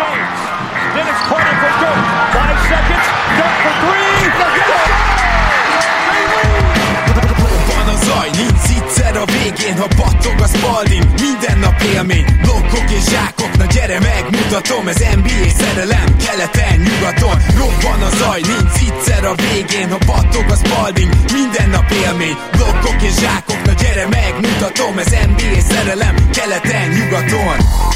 James. Dennis corner for Dirk. 5 seconds. Dirk for 3. Van a zaj, nincs egyszer a végén, ha battog a Spalding, minden nap élmény, blokkok és zsákok, na gyere megmutatom, ez NBA szerelem, keleten, nyugaton, robban a zaj, nincs egyszer a végén, ha battog a Spalding, minden nap élmény, blokkok és zsákok, na gyere megmutatom, ez NBA szerelem, keleten, nyugaton.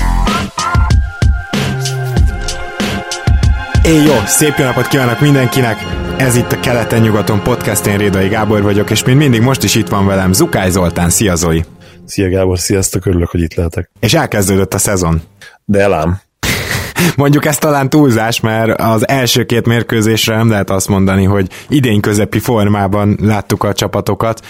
Jó, szép jó napot kívánok mindenkinek! Ez itt a Keleten-nyugaton podcast, én Rédai Gábor vagyok, és mint mindig most is itt van velem Zukály Zoltán. Szia Zoli! Szia Gábor, sziasztok, örülök, hogy itt lehetek. És elkezdődött a szezon. De elám. Mondjuk ez talán túlzás, mert az első 2 mérkőzésre nem lehet azt mondani, hogy idény közepi formában láttuk a csapatokat,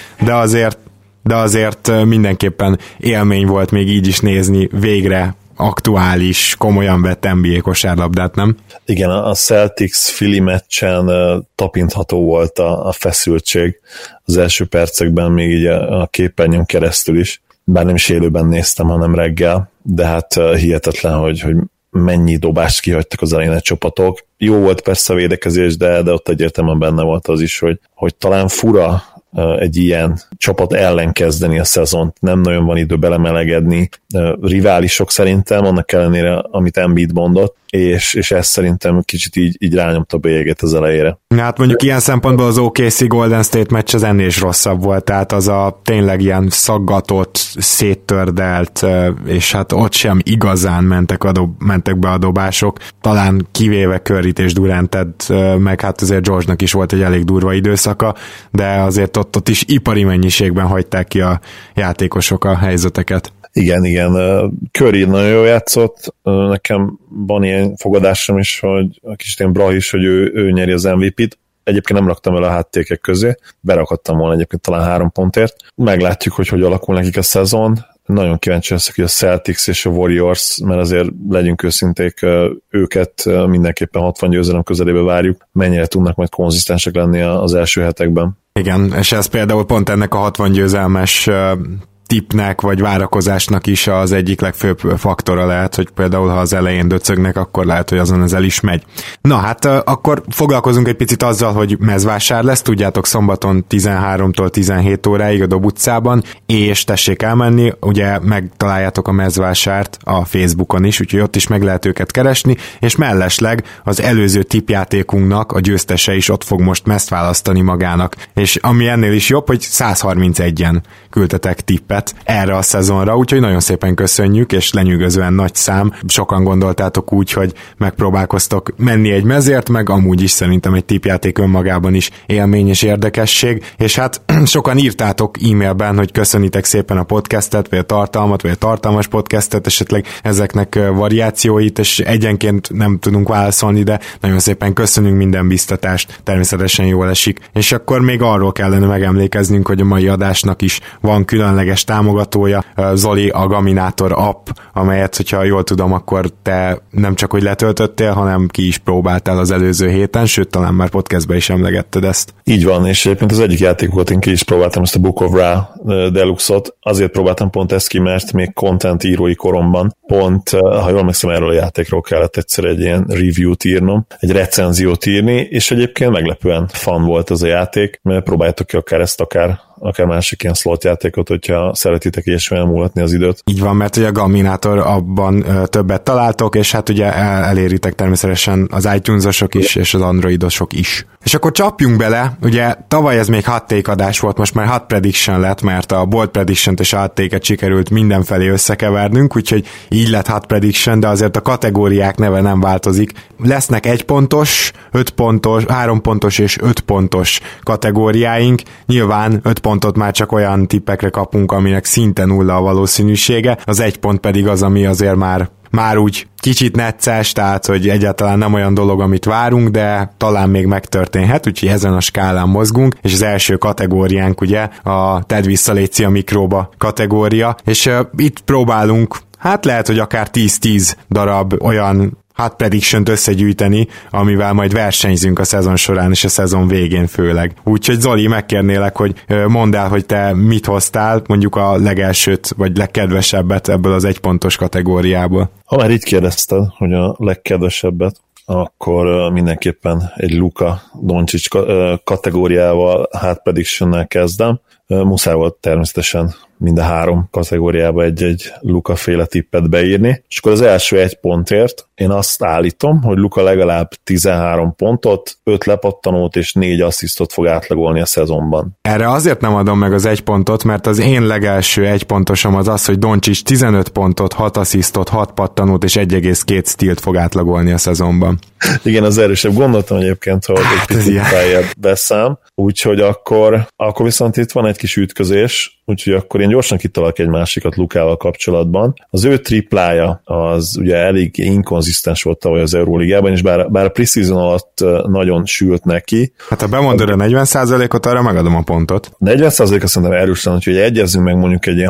de azért mindenképpen élmény volt még így is nézni végre aktuális, komolyan vett NBA kosárlabdát, nem? Igen, a Celtics-Philly meccsen tapintható volt a feszültség az első percekben, még így a képernyőn keresztül is, bár nem is élőben néztem, hanem reggel, de hát hihetetlen, hogy mennyi dobást kihagytak az elején a csapatok. Jó volt persze a védekezés, de ott egyértelműen benne volt az is, hogy talán fura egy ilyen csapat ellen kezdeni a szezont, nem nagyon van idő belemelegedni, riválisok szerintem, annak ellenére, amit Embiid mondott, és ez szerintem kicsit így rányomta bélyeget az elejére. Hát mondjuk ilyen szempontból az OKC Golden State meccs az ennél is rosszabb volt, tehát az a tényleg ilyen szaggatott, széttördelt, és hát ott sem igazán mentek be a dobások, talán kivéve Curryt és Durantet, meg hát azért George-nak is volt egy elég durva időszaka, de azért ott is ipari mennyiségben hagyták ki a játékosok a helyzeteket. Igen, Curry nagyon jól játszott, nekem van ilyen fogadásom is, hogy a kicsit ilyen brah is, hogy ő nyeri az MVP-t, egyébként nem raktam el a háttékek közé, berakadtam volna egyébként talán 3 pontért, meglátjuk, hogy alakul nekik a szezon, nagyon kíváncsi leszek, hogy a Celtics és a Warriors, mert azért legyünk őszinték, őket mindenképpen 60 győzelem közelébe várjuk, mennyire tudnak majd konzisztensek lenni az első hetekben. Igen, és ez például pont ennek a 60 győzelmes tippnek vagy várakozásnak is az egyik legfőbb faktora lehet, hogy például ha az elején döcögnek, akkor lehet, hogy azon ez el is megy. Na hát akkor foglalkozunk egy picit azzal, hogy mezvásár lesz, tudjátok szombaton 13-tól 17 óráig a Dob utcában, és tessék elmenni, ugye megtaláljátok a mezvásárt a Facebookon is, úgyhogy ott is meg lehet őket keresni, és mellesleg az előző tippjátékunknak a győztese is ott fog most mezt választani magának, és ami ennél is jobb, hogy 131-en küldtetek tippet erre a szezonra, úgyhogy nagyon szépen köszönjük, és lenyűgözően nagy szám. Sokan gondoltátok úgy, hogy megpróbálkoztok menni egy mezért, meg amúgy is szerintem egy tippjáték önmagában is élmény és érdekesség, és hát sokan írtátok e-mailben, hogy köszönitek szépen a podcastet, vagy a tartalmat, vagy a tartalmas podcastet, esetleg ezeknek variációit, és egyenként nem tudunk válaszolni, de nagyon szépen köszönünk minden biztatást, természetesen jól esik. És akkor még arról kellene megemlékeznünk, hogy a mai adásnak is van különleges támogatója, Zoli, a Gaminator app, amelyet, hogyha jól tudom, akkor te nem csak hogy letöltöttél, hanem ki is próbáltál az előző héten, sőt, talán már podcastben is emlegetted ezt. Így van, és egyébként az egyik játékokat én ki is próbáltam, ezt a Book of Ra Deluxe-ot, azért próbáltam pont ezt ki, mert még content írói koromban pont, ha jól megszem, erről a játékról kellett egyszer egy ilyen review-t írnom, egy recenziót írni, és egyébként meglepően fun volt az a játék, mert próbáljátok ki akár ezt, akár másik ilyen slot játékot, hogyha szeretitek ilyesmi elmúlatni az időt. Így van, mert ugye a Gaminator abban többet találtok, és hát ugye eléritek természetesen az iTunes-osok is, és az Androidosok is. És akkor csapjunk bele, ugye tavaly ez még hot take adás volt, most már hot prediction lett, mert a bold prediction-t és a hot take-et sikerült mindenfelé összekevernünk, úgyhogy így lett hot prediction, de azért a kategóriák neve nem változik. Lesznek 1 pontos, 5 pontos, 3 pontos és 5 pontos kategóriáink. Nyilván 5 pontot már csak olyan tippekre kapunk, aminek szinte nulla a valószínűsége, az 1 pont pedig az, ami azért már úgy kicsit necces, tehát hogy egyáltalán nem olyan dolog, amit várunk, de talán még megtörténhet, úgyhogy ezen a skálán mozgunk, és az első kategóriánk ugye a Tedd vissza léci a mikróba kategória, és itt próbálunk, hát lehet, hogy akár 10-10 darab olyan prediction-t összegyűjteni, amivel majd versenyzünk a szezon során és a szezon végén főleg. Úgyhogy Zoli, megkérnélek, hogy mondd el, hogy te mit hoztál, mondjuk a legelsőt, vagy legkedvesebbet ebből az egypontos kategóriából. Ha már így kérdezted, hogy a legkedvesebbet, akkor mindenképpen egy Luka Doncic kategóriával, prediction-nel kezdem. Muszáj volt természetesen mind a 3 kategóriába egy Luka féle tippet beírni, és akkor az első 1 pontért én azt állítom, hogy Luka legalább 13 pontot, 5 lepattanót és 4 asszisztot fog átlagolni a szezonban. Erre azért nem adom meg az 1 pontot, mert az én legelső 1 pontosom az, hogy Doncic 15 pontot, 6 asszisztot, 6 pattanót és 1,2 stílt fog átlagolni a szezonban. Igen, az erősebb. Gondoltam egyébként, hogy egy picit feljebb beszám, úgyhogy akkor viszont itt van egy kis ütközés, úgyhogy akkor én gyorsan kitalálok egy másikat Lukával kapcsolatban. Az ő triplája az ugye elég inkonzisztens volt tavaly az Euróligában, és bár a preseason alatt nagyon sült neki. Hát ha bemondod a 40%-ot, arra megadom a pontot. 40%-a szerintem erősen, úgyhogy egyezzünk meg mondjuk egy ilyen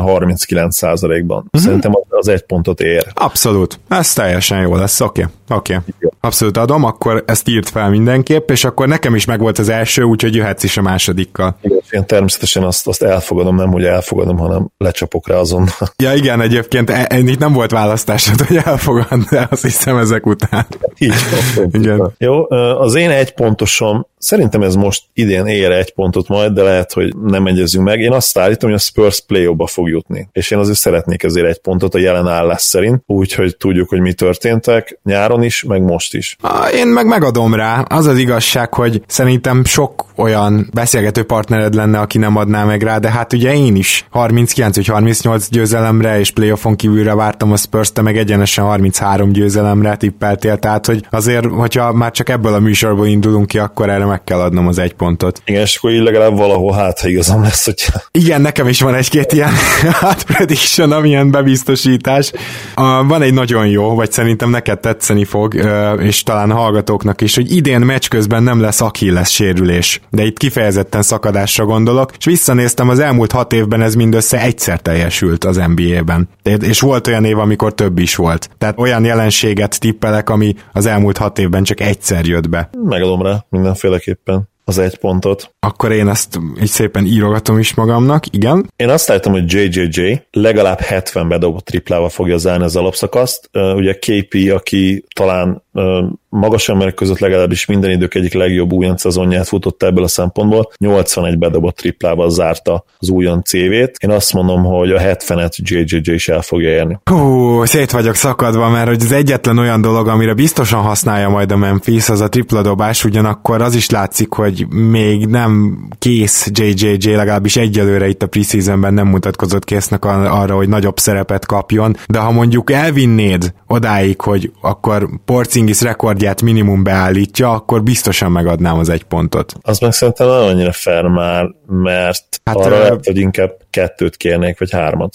39%-ban. Szerintem az 1 pontot ér. Abszolút. Ez teljesen jó lesz. Oké. Abszolút adom, akkor ezt írt fel mindenképp, és akkor nekem is megvolt az első, úgyhogy jöhetsz is a másodikkal. Igen, én természetesen azt elfogadom, nem hogy elfogadom, hanem lecsapok rá azonnal. Ja igen, egyébként itt nem volt választásod, hogy elfogad, de azt hiszem ezek után. Így van. Jó, az én 1 pontosom, szerintem ez most idén ér 1 pontot majd, de lehet, hogy nem egyezünk meg. Én azt állítom, hogy a Spurs play-offba fog jutni. És én azért szeretnék ezért 1 pontot a jelen állás szerint, úgyhogy tudjuk, hogy mi történtek nyáron is, meg most is. Én meg megadom rá. Az az igazság, hogy szerintem sok olyan beszélgető partnered lenne, aki nem adná meg rá, de hát ugye én is 39 vagy 38 győzelemre és playoffon kívülre vártam a Spurs, te meg egyenesen 33 győzelemre tippeltél, tehát hogy azért, hogyha már csak ebből a műsorból indulunk ki, akkor erre meg kell adnom az 1 pontot. Igen, és akkor így legalább valahol ha igazam lesz, hogyha... Igen, nekem is van egy-két ilyen prediction, amilyen bebiztosítás. Van egy nagyon jó, vagy szerintem neked tetszeni fog, és talán a hallgatóknak is, hogy idén meccs közben nem lesz Achilles sérülés, de itt kifejezetten szakadásra gondolok, és visszanéztem, az elmúlt 6 évben ez mindössze egyszer teljesült az NBA-ben. És volt olyan év, amikor több is volt. Tehát olyan jelenséget tippelek, ami az elmúlt 6 évben csak egyszer jött be. Megadom rá mindenféleképpen az 1 pontot. Akkor én ezt így szépen írogatom is magamnak, igen. Én azt állítom, hogy JJJ legalább 70 bedobott triplával fogja zárni az alapszakaszt. Ugye KP, aki talán magas emberek között legalábbis minden idők egyik legjobb újonc szezonját futotta ebből a szempontból, 81 bedobott triplával zárta az újonc CV-t. Én azt mondom, hogy a 70-et JJJ is el fogja érni. Szét vagyok szakadva, mert hogy az egyetlen olyan dolog, amire biztosan használja majd a Memphis, az a tripladobás, ugyanakkor az is látszik, hogy még nem kész JJJ, legalábbis egyelőre itt a preseasonben nem mutatkozott késznek arra, hogy nagyobb szerepet kapjon, de ha mondjuk elvinnéd odáig, hogy akkor Porzingis rekordját minimum beállítja, akkor biztosan megadnám az 1 pontot. Az meg szerintem nem annyira fair már, mert arra lehet, hogy inkább 2 kérnék, vagy 3.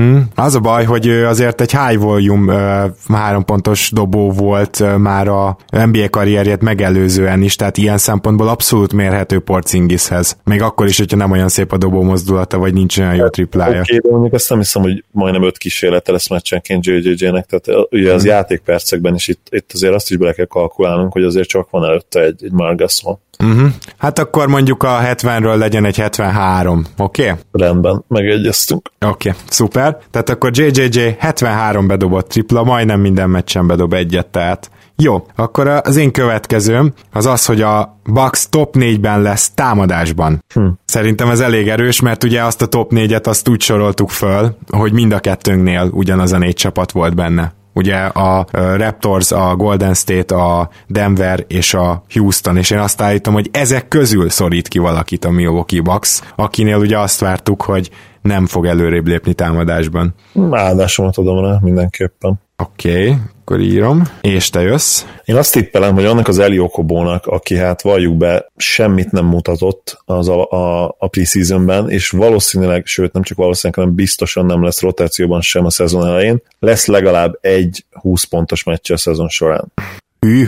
Az a baj, hogy azért egy high volume 3 pontos dobó volt már a NBA karrierjét megelőzően is, tehát ilyen szempontból abszolút mérhető Porzingishez. Még akkor is, hogyha nem olyan szép a dobó mozdulata, vagy nincs olyan jó triplája. Oké, de mondjuk azt nem hiszem, hogy majdnem 5 kísérlete lesz meccsenként JJJ-nek, tehát ugye az játékpercekben is itt azért azt is bele kell kalkulálnunk, hogy azért csak van előtte egy Marc Gasol. Hát akkor mondjuk a 70-ről legyen egy 73, oké? Rendben, megegyeztünk. Oké, szuper. Tehát akkor JJJ 73 bedobott tripla, majdnem minden meccsen bedob egyet, tehát jó, akkor az én következőm az, hogy a Bucks top 4-ben lesz támadásban. Szerintem ez elég erős, mert ugye azt a top 4-et azt úgy soroltuk föl, hogy mind a kettőnknél ugyanaz a 4 csapat volt benne. Ugye a Raptors, a Golden State, a Denver és a Houston, és én azt állítom, hogy ezek közül szorít ki valakit a Milwaukee Bucks, akinél ugye azt vártuk, hogy nem fog előrébb lépni támadásban. Áldásomat adom rá mindenképpen. Oké, akkor írom. És te jössz? Én azt tippelem, hogy annak az Eli Okobónak, aki hát valljuk be, semmit nem mutatott az a preseasonben, és valószínűleg, sőt nem csak valószínűleg, hanem biztosan nem lesz rotációban sem a szezon elején, lesz legalább egy 20 pontos meccse a szezon során. Hűha!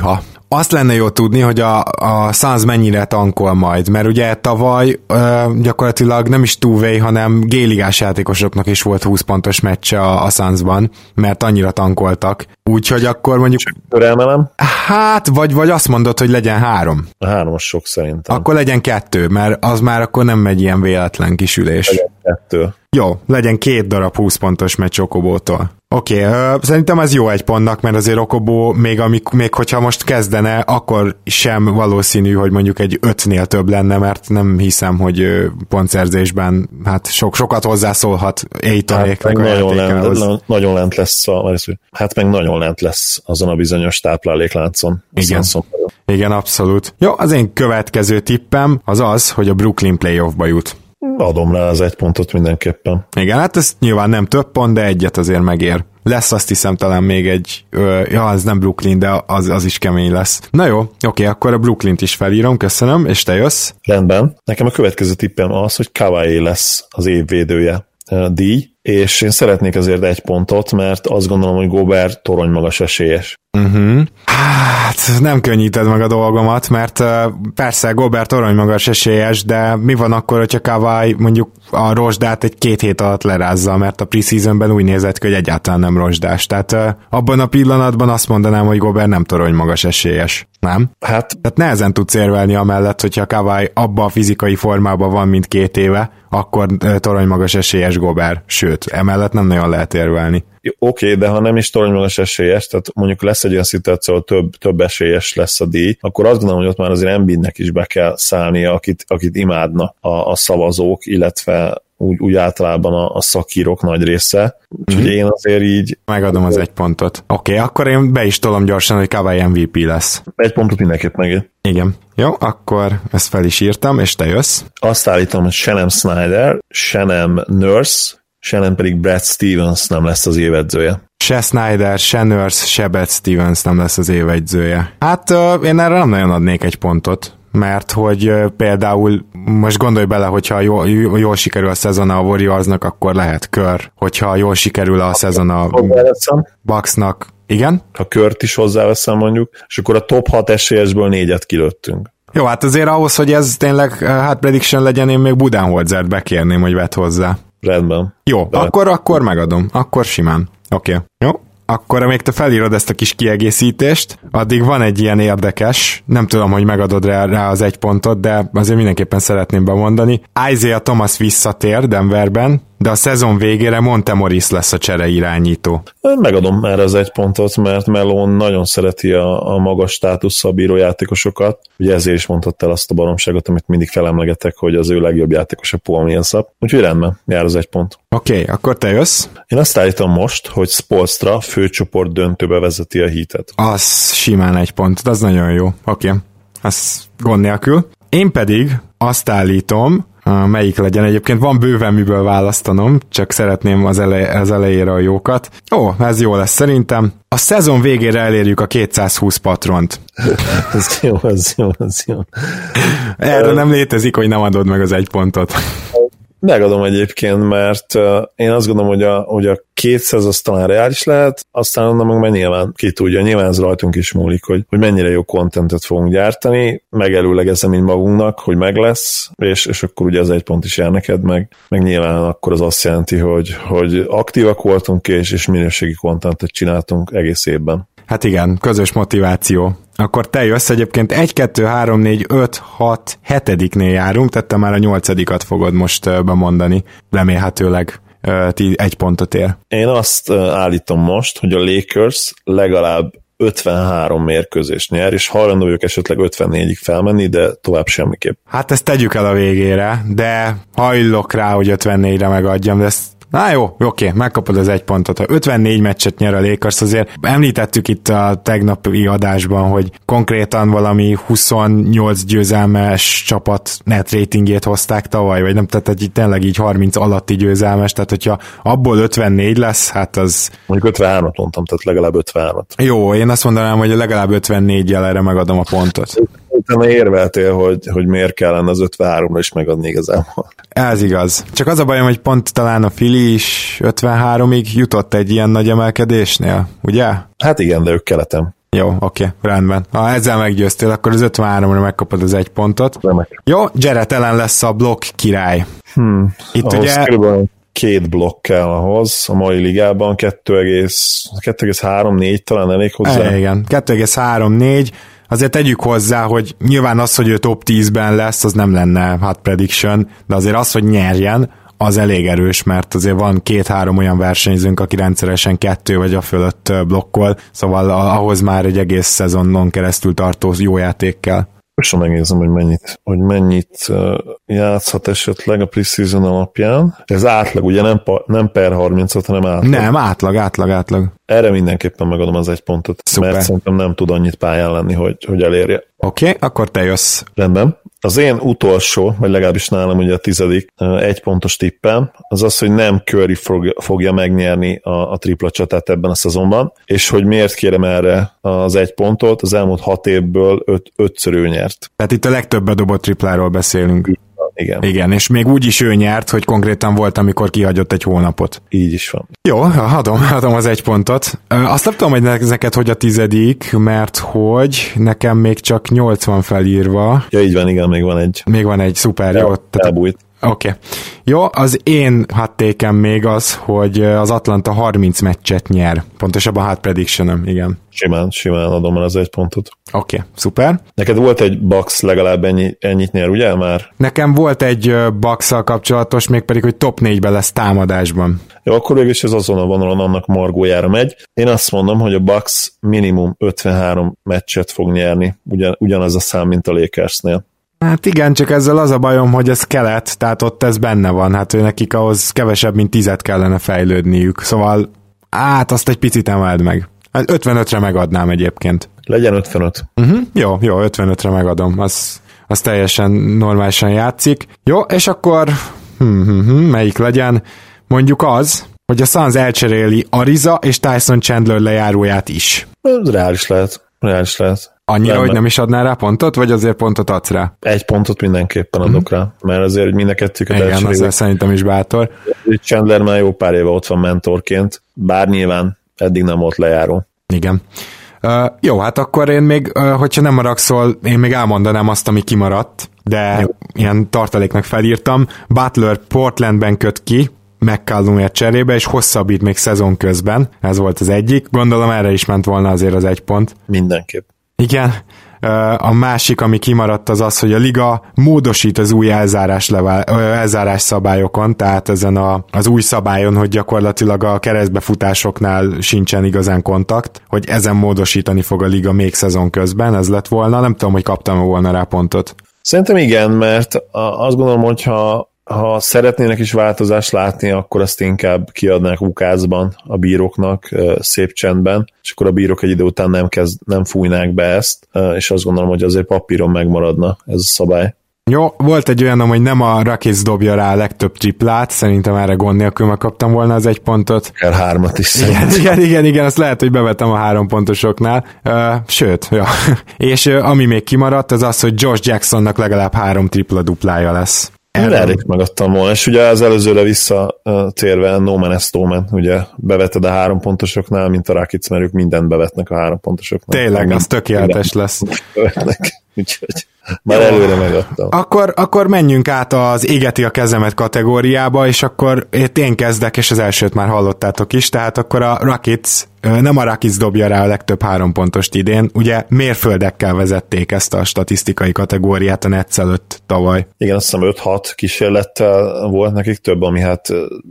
Azt lenne jó tudni, hogy a Suns mennyire tankol majd, mert ugye tavaly gyakorlatilag nem is two-way, hanem G-ligás játékosoknak is volt 20 pontos meccse a Sunsban, mert annyira tankoltak. Úgyhogy akkor mondjuk... Törelmelem? Hát, vagy azt mondod, hogy legyen 3. A 3 az sok szerintem. Akkor legyen 2, mert az már akkor nem megy ilyen véletlen kisülés. Legyen 2. Jó, legyen 2 darab 20 pontos meccs Okobótól. Oké, szerintem ez jó egy pontnak, mert azért Okobó még hogyha most kezdene, akkor sem valószínű, hogy mondjuk egy 5-nél több lenne, mert nem hiszem, hogy pontszerzésben hát sokat hozzászólhat Aytonéknak a játékához. Nagyon lent lesz meg nagyon lent lesz azon a bizonyos táplálékláncon. Igen, abszolút. Jó, az én következő tippem az, hogy a Brooklyn playoffba jut. Adom rá az 1 pontot mindenképpen. Igen, hát ez nyilván nem több pont, de egyet azért megér. Lesz azt hiszem talán még egy, ez nem Brooklyn, de az is kemény lesz. Na jó, oké, akkor a Brooklynt is felírom, köszönöm, és te jössz? Rendben. Nekem a következő tippem az, hogy Kawhi lesz az évvédője díj, és én szeretnék azért 1 pontot, mert azt gondolom, hogy Gobert torony magas esélyes. Hát nem könnyíted meg a dolgomat, mert persze Gobert torony magas esélyes, de mi van akkor, hogyha Kawhi mondjuk a rozsdát egy 2 hét alatt lerázza, mert a preseasonben úgy nézett ki, hogy egyáltalán nem rozsdás. Tehát abban a pillanatban azt mondanám, hogy Gobert nem torony magas esélyes. Nem? Tehát nehezen tudsz érvelni amellett, hogyha Kawhi abban a fizikai formában van, mint 2 éve, akkor torony magas esélyes Gobert. Sőt, emellett nem nagyon lehet érvelni. Oké, de ha nem is torony magas esélyes, tehát mondjuk lesz egy olyan szituáció, hogy több esélyes lesz a díj, akkor azt gondolom, hogy ott már azért Embiidnek is be kell szállnia, akit imádna a szavazók, illetve úgy általában a szakírók nagy része. Úgyhogy én azért így... Megadom az 1 pontot. Oké, akkor én be is tolom gyorsan, hogy Kawhi MVP lesz. 1 pontot mindenképp megér. Igen. Jó, akkor ezt fel is írtam, és te jössz. Azt állítom, hogy se nem Snyder, se nem Nurse, se nem pedig Brad Stevens nem lesz az évedzője. Se Snyder, se Nurse, se Brad Stevens nem lesz az évegyzője. Hát én erre nem nagyon adnék 1 pontot, mert hogy például most gondolj bele, hogyha jól sikerül a szezon a Warriorsnak, akkor lehet kör. Hogyha jól sikerül a szezon a Bucksnak, igen? Ha kört is hozzáveszem mondjuk, és akkor a top 6 esélyesből 4-et kilőttünk. Jó, hát azért ahhoz, hogy ez tényleg prediction legyen, én még Budenholzert bekérném, hogy vett hozzá. Rendben. Jó, akkor megadom. Akkor simán. Oké. Jó. Akkor amíg te felírod ezt a kis kiegészítést, addig van egy ilyen érdekes, nem tudom, hogy megadod rá az 1 pontot, de azért mindenképpen szeretném bemondani. Isaiah Thomas visszatér Denverben, de a szezon végére Montemoris lesz a csere irányító. Megadom erre az 1 pontot, mert Malone nagyon szereti a magas státusszal bíró játékosokat. Ugye ezért is mondtad el azt a baromságot, amit mindig felemlegetek, hogy az ő legjobb játékos a Paul Millsap. Úgyhogy rendben, jár az 1 pont. Oké, akkor te jössz. Én azt állítom most, hogy Spoelstra főcsoport döntőbe vezeti a Heatet. Az simán 1 pont, az nagyon jó. Oké, az gond nélkül. Én pedig azt állítom, melyik legyen. Egyébként van bőven miből választanom, csak szeretném az elejére a jókat. Ó, ez jó lesz szerintem. A szezon végére elérjük a 220 patront. Ez jó. Erre nem létezik, hogy nem adod meg az 1 pontot. Megadom egyébként, mert én azt gondolom, hogy a 200 az talán reális lehet, aztán onnan meg már nyilván ki tudja, nyilván ez rajtunk is múlik, hogy mennyire jó kontentet fogunk gyártani, megelőlegezem így magunknak, hogy meg lesz, és akkor ugye az 1 pont is jár neked, meg nyilván akkor az azt jelenti, hogy aktívak voltunk és minőségi kontentet csináltunk egész évben. Hát igen, közös motiváció. Akkor te jössz, egyébként 1, 2, 3, 4, 5, 6, 7-nél járunk, tehát te már a 8-at fogod most bemondani. Remélhetőleg 1 pontot ér. Én azt állítom most, hogy a Lakers legalább 53 mérkőzést nyer, és hajlandó vagyok esetleg 54-ig felmenni, de tovább semmiképp. Hát ezt tegyük el a végére, de hajlok rá, hogy 54-re megadjam, de ezt oké, megkapod az 1 pontot. Ha 54 meccset nyer a Lakers, azért említettük itt a tegnapi adásban, hogy konkrétan valami 28 győzelmes csapat net ratingjét hozták tavaly, vagy nem, tehát így tényleg így 30 alatti győzelmes, tehát hogyha abból 54 lesz, hát az... Mondjuk 53-at mondtam, tehát legalább 53-at. Jó, én azt mondanám, hogy legalább 54-jel erre megadom a pontot. Utána érveltél, hogy miért kellene az 53-ra is megadni igazából. Ez igaz. Csak az a bajom, hogy pont talán a Philly is 53-ig jutott egy ilyen nagy emelkedésnél, ugye? Hát igen, de ők keleten. Jó, oké, rendben. Ha ezzel meggyőztél, akkor az 53-ra megkapod az 1 pontot. Remek. Jó, Jarrett Allen lesz a blokk király. Itt ahhoz ugye... körülbelül 2 blokk kell ahhoz, a mai ligában 2,3-4 talán elég hozzá. Igen, 2,3-4. Azért tegyük hozzá, hogy nyilván az, hogy ő top 10-ben lesz, az nem lenne hot prediction, de azért az, hogy nyerjen, az elég erős, mert azért van 2-3 olyan versenyzőnk, aki rendszeresen 2 vagy a fölött blokkol, szóval ahhoz már egy egész szezonon keresztül tartó jó játék kell. Most megnézem, hogy mennyit játszhat esetleg a preseason alapján. Ez átlag, ugye nem per 30-ot, hanem átlag. Nem, átlag. Erre mindenképpen megadom az 1 pontot, Szuper. mert szerintem nem tud annyit pályán lenni, hogy elérje. Oké, akkor te jössz. Rendben. Az én utolsó, vagy legalábbis nálam ugye a 10. 1 pontos tippem, az az, hogy nem Curry fogja megnyerni a tripla csatát ebben a szezonban, és hogy miért kérem erre az 1 pontot, az elmúlt 6 évből 5-ször ő nyert. Tehát itt a legtöbb bedobott tripláról beszélünk. Igen, és még úgy is ő nyert, hogy konkrétan volt, amikor kihagyott egy hónapot. így is van. Jó, adom az 1 pontot. Azt nem tudom, hogy neked hogy a 10., mert hogy nekem még csak 80 felírva. Ja, így van, igen, még van egy. Szuper, Ja, jó. elbújt. Oké. Jó, az én hot-takem még az, hogy az Atlanta 30 meccset nyer. Pontosabban hot predictionem, igen. Simán adom el az 1 pontot. Oké, szuper. Neked volt egy Bucks legalább ennyit nyer, ugye már? Nekem volt egy Bucks-szal kapcsolatos, mégpedig, hogy top 4-ben lesz támadásban. Jó, akkor végülis ez azon a vonalon annak margójára megy. Én azt mondom, hogy a Bucks minimum 53 meccset fog nyerni, ugyanaz a szám, mint a Lakersnél. Hát igen, csak ezzel az a bajom, hogy ez kelet, tehát ott ez benne van, hát ő nekik ahhoz kevesebb, mint 10 kellene fejlődniük, szóval azt egy picit emeld meg. 55-re megadnám egyébként. Legyen 55. Jó, 55-re megadom, az teljesen normálisan játszik. Jó, és akkor melyik legyen? Mondjuk az, hogy a Suns elcseréli Ariza és Tyson Chandler lejáróját is. Ez reális lehet. Annyira, hogy nem is adnál rá pontot, vagy azért pontot adsz rá? 1 pontot mindenképpen adok rá, mert azért mind a kettőket Igen, elcserélik. azért szerintem is bátor. Chandler már jó pár éve ott van mentorként, bár nyilván eddig nem volt lejáró. Igen. Jó, hát akkor én még, hogyha nem maragszol, én még elmondanám azt, ami kimaradt, de jó. Ilyen tartaléknak felírtam. Butler Portlandben köt ki, McCallumért cserébe, és hosszabbít még szezon közben. Ez volt az egyik. Gondolom erre is ment volna azért az 1 pont. Mindenképp. Igen. A másik, ami kimaradt, az az, hogy a liga módosít az új elzárás szabályokon, tehát ezen az új szabályon, hogy gyakorlatilag a keresztbefutásoknál sincsen igazán kontakt, hogy ezen módosítani fog a liga még szezon közben, ez lett volna. Nem tudom, hogy kaptam volna rá pontot. Szerintem igen, mert azt gondolom, hogy ha szeretnének is változást látni, akkor azt inkább kiadnák ukázban a bíróknak szép csendben, és akkor a bírók egy idő után nem fújnák be ezt, és azt gondolom, hogy azért papíron megmaradna ez a szabály. Jó, volt egy olyanom, hogy nem a Rockets dobja rá a legtöbb triplát, szerintem erre gond nélkül megkaptam volna az 1 pontot. Kell 3-at is Igen, azt lehet, hogy bevetem a 3 pontosoknál. Sőt, ja. És ami még kimaradt, az az, hogy Josh Jacksonnak legalább 3 tripla duplája lesz. Erre is megadtam volna, és ugye az előzőre visszatérve No Man is No Man, ugye beveted a 3 pontosoknál, mint a Rockets, mert ők mindent bevetnek a 3 pontosoknál. Tényleg, az tökéletes lesz. Úgyhogy már előre megadtam. Akkor menjünk át az égeti a kezemet kategóriába, és akkor én kezdek, és az elsőt már hallottátok is, tehát akkor a Rockets, nem a Rockets dobja rá a legtöbb 3 pontost idén, ugye mérföldekkel vezették ezt a statisztikai kategóriát a Nets előtt tavaly. Igen, azt hiszem 5-6 kísérlettel volt nekik több, ami hát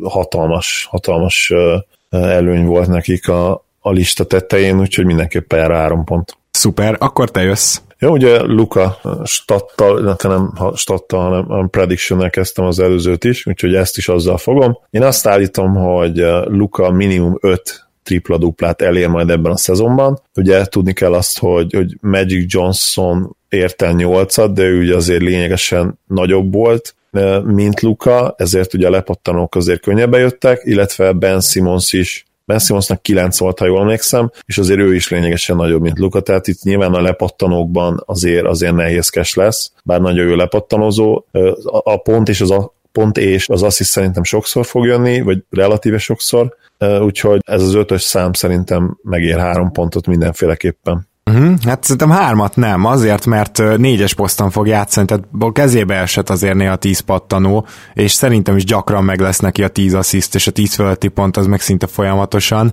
hatalmas előny volt nekik a lista tetején, úgyhogy mindenképpen jár 3 pont. Szuper, akkor te jössz. Jó, ugye Luka stattal, hanem prediction-nel kezdtem az előzőt is, úgyhogy ezt is azzal fogom. Én azt állítom, hogy Luka minimum 5 tripla-duplát elér majd ebben a szezonban. Ugye tudni kell azt, hogy Magic Johnson ért el 8-at, de ő ugye azért lényegesen nagyobb volt, mint Luka, ezért ugye a lepattanók azért könnyebben jöttek, illetve Ben Simmonsnak 9 volt, ha jól emlékszem, és azért ő is lényegesen nagyobb, mint Luka, tehát itt nyilván a lepattanókban azért nehézkes lesz, bár nagyon jó lepattanozó. A pont és az assziszt szerintem sokszor fog jönni, vagy relatíve sokszor, úgyhogy ez az 5-ös szám szerintem megér 3 pontot mindenféleképpen. Hát szerintem 3 nem, azért, mert 4-es poszton fog játszani, tehát kezébe esett azért néha 10 pattanó, és szerintem is gyakran meg lesz neki a 10 assziszt, és a 10 fölötti pont az meg szinte folyamatosan.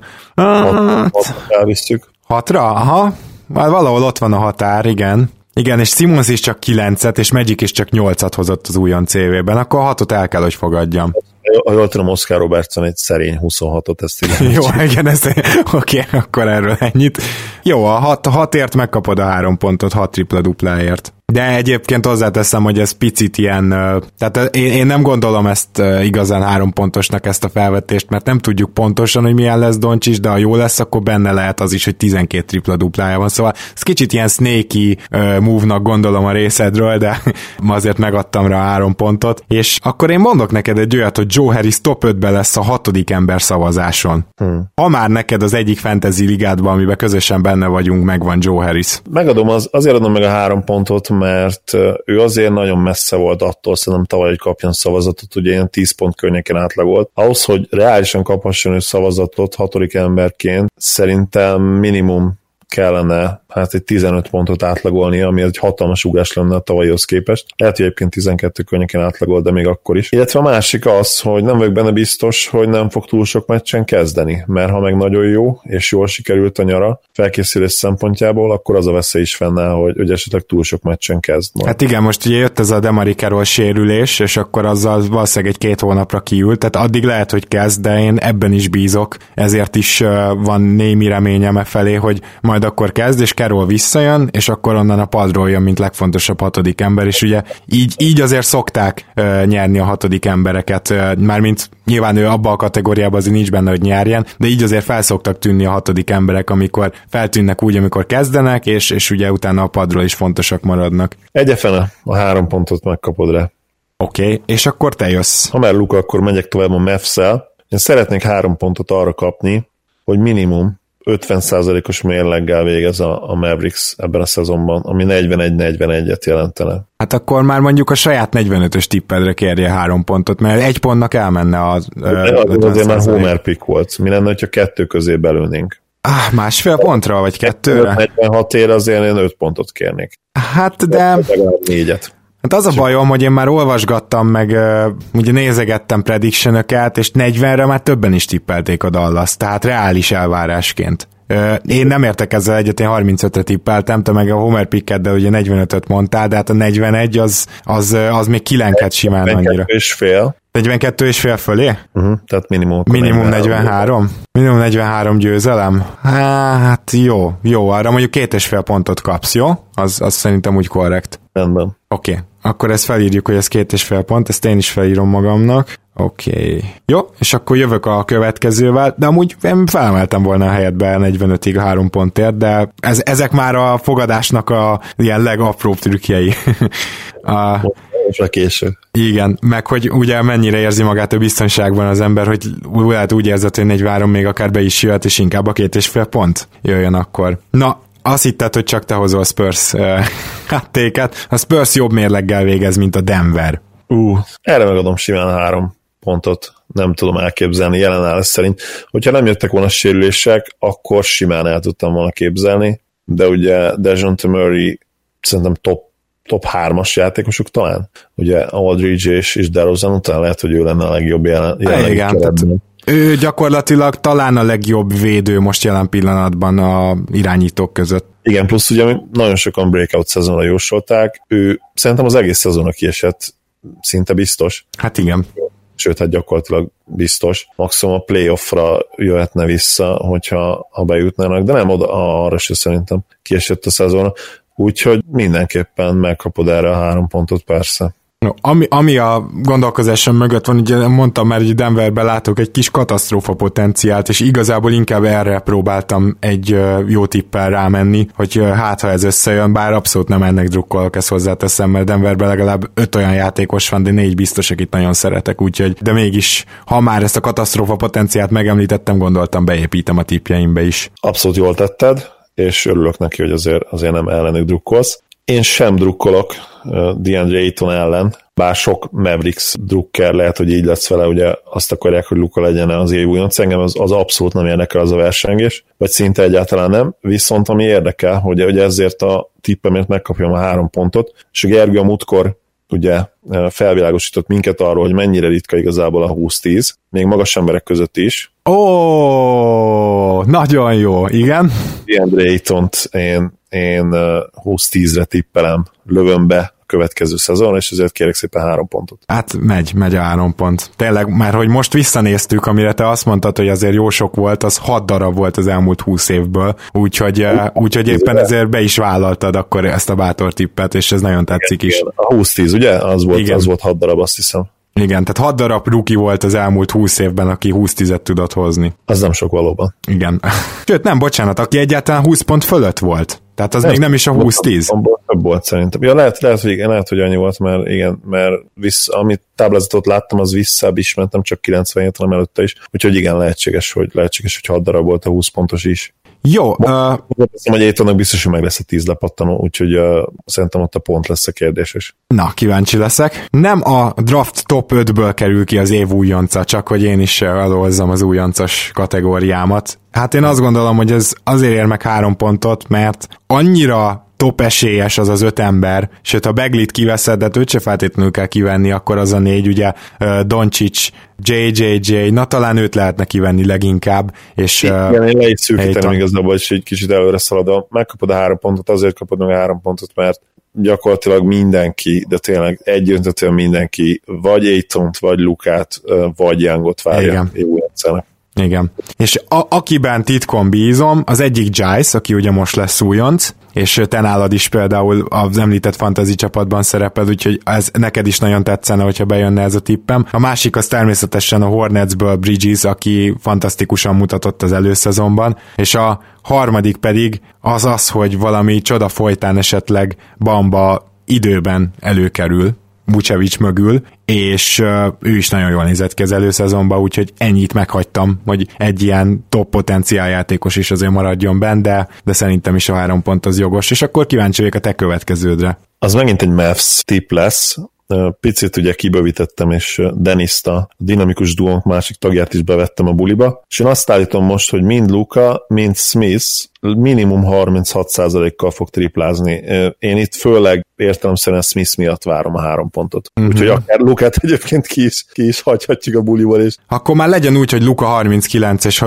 6-ra? Aha, valahol ott van a határ, igen. Igen, és Simmons is csak 9-et, és Magic is csak 8-at hozott az újon CV-ben, akkor a 6-ot el kell, hogy fogadjam. Ha jól tudom, Oscar Robertson egy szerény 26-ot, ezt igen. Jó, igen, oké, akkor erről ennyit. Jó, a 6-ért megkapod a 3 pontot, 6 tripla-dupláért. De egyébként hozzáteszem, hogy ez picit ilyen, tehát én nem gondolom ezt igazán 3 pontosnak ezt a felvetést, mert nem tudjuk pontosan, hogy milyen lesz Doncsics, de ha jó lesz, akkor benne lehet az is, hogy 12 tripla-duplája van, szóval ez kicsit ilyen snaky move-nak gondolom a részedről, de azért megadtam rá 3 pontot, és akkor én mondok neked egy olyat, hogy Joe Harris top 5-ben lesz a 6. ember szavazáson. Ha már neked az egyik fantasy ligádban, amiben közösen benne vagyunk, megvan Joe Harris. Megadom, azért adom meg a 3 pontot, mert ő azért nagyon messze volt attól, szerintem tavaly, hogy kapjon szavazatot, ugye ilyen 10 pont környéken átlagolt. Ahhoz, hogy reálisan kaphasson ő szavazatot 6. emberként, szerintem minimum kellene egy 15 pontot átlagolnia, ami egy hatalmas ugrás lenne a tavalyhoz képest. Lehet, hogy egyébként 12 környéken átlagolt, de még akkor is. Illetve a másik az, hogy nem vagyok benne biztos, hogy nem fog túl sok meccsen kezdeni, mert ha meg nagyon jó, és jól sikerült a nyara felkészülés szempontjából, akkor az a veszély is fennáll, hogy esetleg túl sok meccsen kezd. Majd. Hát igen, most ugye jött ez a DeMarre Carroll sérülés, és akkor azzal valószínűleg egy 2 hónapra kiült, tehát addig lehet, hogy kezd, de én ebben is bízok, ezért is van némi reményem felé, hogy majd akkor kezd, és Carroll visszajön, és akkor onnan a padról jön, mint legfontosabb 6. ember, és ugye így azért szokták nyerni a 6. embereket, mármint nyilván ő abban a kategóriában azért nincs benne, hogy nyerjen, de így azért felszoktak tűnni a 6. emberek, amikor feltűnnek úgy, amikor kezdenek, és ugye utána a padról is fontosak maradnak. Egyefene a 3 pontot megkapod rá. Oké, és akkor te jössz. Ha már Luka, akkor megyek tovább a Mavs-szel. Én szeretnék 3 pontot arra kapni, hogy minimum 50%-os mérleggel végez a Mavericks ebben a szezonban, ami 41-41-et jelentene. Hát akkor már mondjuk a saját 45-ös tippedre kérje 3 pontot, mert 1 pontnak elmenne az azért már homer pick volt. Mi lenne, hogyha 2 közé belőnénk? Másfél pontra, vagy 2-re? 46 ér azért én 5 pontot kérnék. Hát de... 4-et. Hát az a bajom, hogy én már olvasgattam, meg ugye nézegettem predictionöket, és 40-re már többen is tippelték a Dallas, tehát reális elvárásként. Én nem értek ezzel egyet, én 35-re tippeltem, te meg a homer picket-del ugye 45-öt mondtál, de hát a 41 az még kilenket simán annyira. 42,5 fölé? Tehát minimum 43? Minimum 43 győzelem? Hát jó, arra mondjuk 2,5 pontot kapsz, jó? Az szerintem úgy korrekt. Rendben. Oké, akkor ezt felírjuk, hogy ez 2,5 pont, ezt én is felírom magamnak. Oké. Jó, és akkor jövök a következővel, de amúgy én felemeltem volna a helyetbe 45-ig 3 pontért, de ezek már a fogadásnak a ilyen legapróbb trükkjei. Most késő. Igen, meg hogy ugye mennyire érzi magát a biztonságban az ember, hogy lehet úgy érzed, hogy 43 még akár be is jöhet, és inkább a 2,5 pont jöjjön akkor. Na, azt hitted, hogy csak te hozol Spurs téket. A Spurs jobb mérleggel végez, mint a Denver. Erre megadom simán 3 pontot. Nem tudom elképzelni jelen állás szerint. Hogyha nem jöttek volna sérülések, akkor simán el tudtam volna képzelni, de ugye Dejounte Murray szerintem top 3-as játékosuk talán. Ugye Aldridge és DeRozan után lehet, hogy ő lenne a legjobb jelen. Ő gyakorlatilag talán a legjobb védő most jelen pillanatban a irányítók között. Igen, plusz ugye nagyon sokan breakout szezonra jósolták, ő szerintem az egész szezonra kiesett, szinte biztos. Hát igen. Sőt, hát gyakorlatilag biztos. Maximum a playoffra jöhetne vissza, hogyha bejutnának, de nem arra se szerintem kiesett a szezonra. Úgyhogy mindenképpen megkapod erre a 3 pontot persze. No, ami a gondolkozásom mögött van, ugye mondtam már, hogy Denverben látok egy kis katasztrófa potenciált, és igazából inkább erre próbáltam egy jó tippel rámenni, hogy hát ha ez összejön, bár abszolút nem ennek drukkolok, ezt hozzáteszem, mert Denverben legalább 5 olyan játékos van, de 4 biztos, akit nagyon szeretek, úgyhogy, de mégis, ha már ezt a katasztrófa potenciált megemlítettem, gondoltam, beépítem a tippjeimbe is. Abszolút jól tetted, és örülök neki, hogy azért nem ellenük drukkolsz. Én sem drukkolok DeAndre Ayton ellen, bár sok Mavericks drukker lehet, hogy így lesz vele, ugye azt akarják, hogy Luka legyen az év újonc, engem az abszolút nem érdekel az a versengés, vagy szinte egyáltalán nem, viszont ami érdekel, hogy ezért a tippemért megkapjam a 3 pontot, és a Gergő a múltkor ugye felvilágosított minket arról, hogy mennyire ritka igazából a 20-10, még magas emberek között is. Nagyon jó, igen. DeAndre Aytont én 20-10-re tippelem, lövöm be a következő szezon, és ezért kérek szépen 3 pontot. Hát megy a 3 pont. Tényleg, már hogy most visszanéztük, amire te azt mondtad, hogy azért jó sok volt, az 6 darab volt az elmúlt 20 évből, úgyhogy éppen ezért be is vállaltad akkor ezt a bátor tippet, és ez nagyon tetszik is. A 20-10, ugye? Az volt 6 darab, azt hiszem. Igen, tehát 6 darab rookie volt az elmúlt 20 évben, aki 20-10-et tudott hozni. Az nem sok valóban. Igen. Sőt, nem, bocsánat, aki egyáltalán 20 pont fölött volt. Tehát az még nem is a 20-10. Több volt szerintem. Ja, lehet, hogy annyi volt, mert amit táblázatot láttam, az visszább is mentem, csak 97, hanem előtte is. Úgyhogy igen, lehetséges, hogy 6 darab volt a 20 pontos is. Jó. Hiszem, hogy Aytonnak biztos, hogy meg lesz a 10 lepattanó, úgyhogy szerintem ott a pont lesz a kérdéses. Na, kíváncsi leszek. Nem a draft top 5-ből kerül ki az év újonca, csak hogy én is előhozzam az újoncos kategóriámat. Hát én azt gondolom, hogy ez azért ér meg 3 pontot, mert annyira top esélyes az 5 ember, sőt, ha Beglit kiveszed, de őt se feltétlenül kell kivenni, akkor az a 4, ugye Doncic, JJJ, na talán őt lehetne kivenni leginkább, és... Igen, én le is szűkítenem igazából, és egy kicsit előre szaladva. Megkapod a 3 pontot, azért kapod meg a 3 pontot, mert gyakorlatilag mindenki, de tényleg egyöntetően mindenki, vagy Aytont, vagy Lukát, vagy Youngot várja újoncának. Igen. És akiben titkon bízom, az egyik Giles, aki ugye most lesz újonc, és te nálad is például az említett fantasy csapatban szerepel, úgyhogy ez neked is nagyon tetszene, hogyha bejönne ez a tippem. A másik az természetesen a Hornetsből Bridges, aki fantasztikusan mutatott az előszezonban, és a harmadik pedig az, hogy valami csoda folytán esetleg Bamba időben előkerül, Vucevic mögül, és ő is nagyon jól nézett ki az előszezonban, úgyhogy ennyit meghagytam, hogy egy ilyen top potenciál játékos is azért maradjon benne, de szerintem is a 3 pont az jogos, és akkor kíváncsi vagyok a te következődre. Az megint egy Mavs tipp lesz, picit ugye kibővítettem, és Dennis-t, a dinamikus duónk másik tagját is bevettem a buliba, és én azt állítom most, hogy mind Luka, mind Smith minimum 36%-kal fog triplázni. Én itt főleg értelemszerűen Smith miatt várom a 3 pontot. Úgyhogy akár Lukát egyébként ki is hagyhatjuk a buliból is. Akkor már legyen úgy, hogy Luka 39 és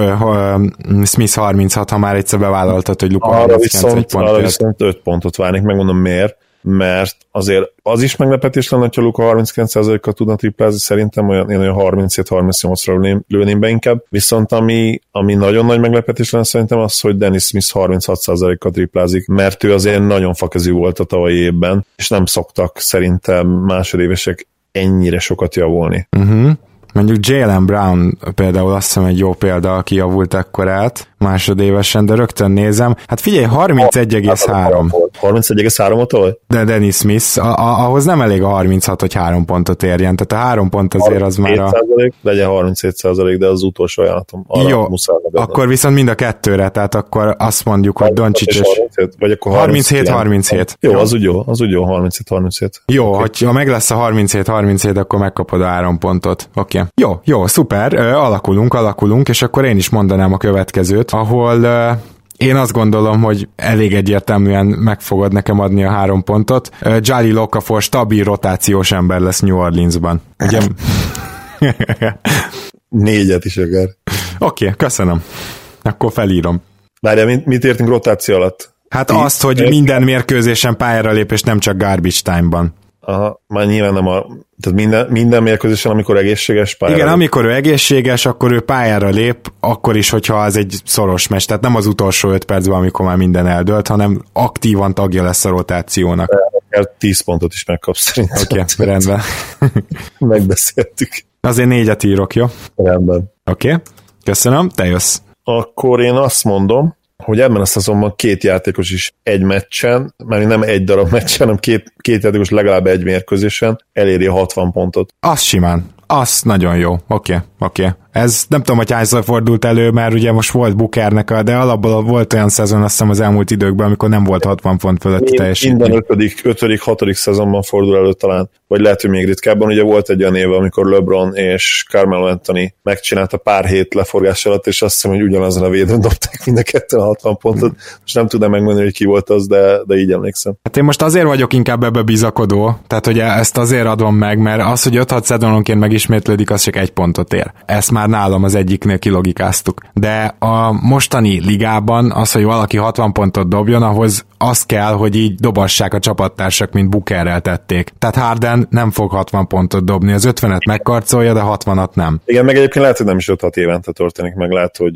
Smith 36, ha már egyszer bevállaltad, hogy Luka 39 egy pont. Arra viszont 5 pontot várnék, megmondom miért. Mert azért az is meglepetés lenne, hogyha Luka 39%-kal tudna triplázni, szerintem én olyan 37-38-ra lőném be inkább, viszont ami nagyon nagy meglepetés lenne szerintem az, hogy Dennis Smith 36%-kal triplázik, mert ő azért nagyon fakezű volt a tavalyi évben, és nem szoktak szerintem másodévesek ennyire sokat javulni. Mondjuk Jaylen Brown például azt hiszem egy jó példa, aki javult ekkorát másodévesen, de rögtön nézem. Hát figyelj, 31,3. 31,3 volt tavaly? De Dennis Smith, ahhoz nem elég a 36, hogy 3 pontot érjen. Tehát a 3 pont azért az már a... legyen 37%, de az utolsó ajánlatom. Jó, akkor viszont mind a kettőre, tehát akkor azt mondjuk, hogy Doncic és... 37-37. Jó, az úgy jó, 37-37. Jó, ha meg lesz a 37-37, akkor megkapod a 3 pontot. Oké. Jó, szuper, alakulunk, és akkor én is mondanám a következőt, ahol én azt gondolom, hogy elég egyértelműen meg fogod nekem adni a 3 pontot. Jahlil Okafor stabil rotációs ember lesz New Orleansban. Ugye? 4 is akár. Oké, köszönöm. Akkor felírom. Várjál, mit értünk rotáció alatt? Hát azt, hogy minden mérkőzésen pályára lép, és nem csak garbage time-ban. Aha, már nyilván nem tehát minden mérkőzésen, amikor egészséges pályára Igen, lép. amikor ő egészséges, akkor ő pályára lép, akkor is, hogyha az egy szoros meccs, tehát nem az utolsó 5 percben, amikor már minden eldőlt, hanem aktívan tagja lesz a rotációnak. 10 pontot is megkapsz szerintem. Oké, rendben. Megbeszéltük. Azért 4-et írok, jó? Rendben. Oké, köszönöm, te jössz. Akkor én azt mondom, hogy ebben a szezonban 2 játékos is egy meccsen, mert nem egy darab meccsen, hanem két játékos legalább egy mérkőzésen eléri a 60 pontot. Az simán. Az nagyon jó. Oké. Ez nem tudom, hogy hányszor fordult elő, mert ugye most volt Bookernek, de alapból volt olyan szezon, azt hiszem az elmúlt időkben, amikor nem volt 60 pont fölötti teljesítmény. Minden 5.-6. szezonban fordul elő talán, vagy lehet, hogy még ritkábban. Ugye volt egy olyan év, amikor LeBron és Carmelo Anthony megcsinálta pár hét leforgás alatt, és azt hiszem, hogy ugyanazon a védőn dobták mind a ketten 60 pontot. Most nem tudom megmondani, hogy ki volt az, de így emlékszem. Hát én most azért vagyok inkább ebbe bizakodó, tehát hogy ezt azért adom meg, mert az, hogy 5-6 szezononként megismétlődik, az csak 1 pontot ér. Ezt már nálam az egyiknél kilogikáztuk. De a mostani ligában az, hogy valaki 60 pontot dobjon, ahhoz az kell, hogy így dobassák a csapattársak, mint Bookerrel tették. Tehát Harden nem fog 60 pontot dobni, az 50-et megkarcolja, de 60-at nem. Igen, meg egyébként lehet, hogy nem is 5-6 évente történik, meg lehet, hogy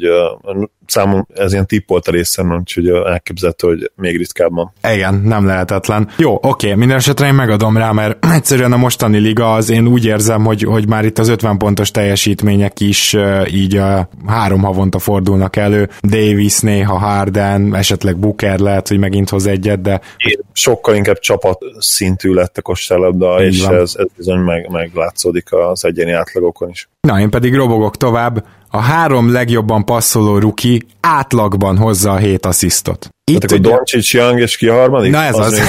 számom ez ilyen tipp volt a részemben, úgyhogy elképzelhető, hogy még ritkábban. Igen, nem lehetetlen. Jó, oké, minden esetre én megadom rá, mert egyszerűen a mostani liga az én úgy érzem, hogy már itt az 50 pontos teljesítmények is így 3 havonta fordulnak elő. Davis, néha Harden, esetleg Booker lehet, hogy megint hoz egyet, de... Sokkal inkább csapat szintű lett a kosárlabda, és ez bizony meglátszódik az egyéni átlagokon is. Na, én pedig robogok tovább. A 3 legjobban passzoló rookie átlagban hozza a 7 asszisztot. Tehát akkor Doncic, Young és ki a harmadik? Na ez az.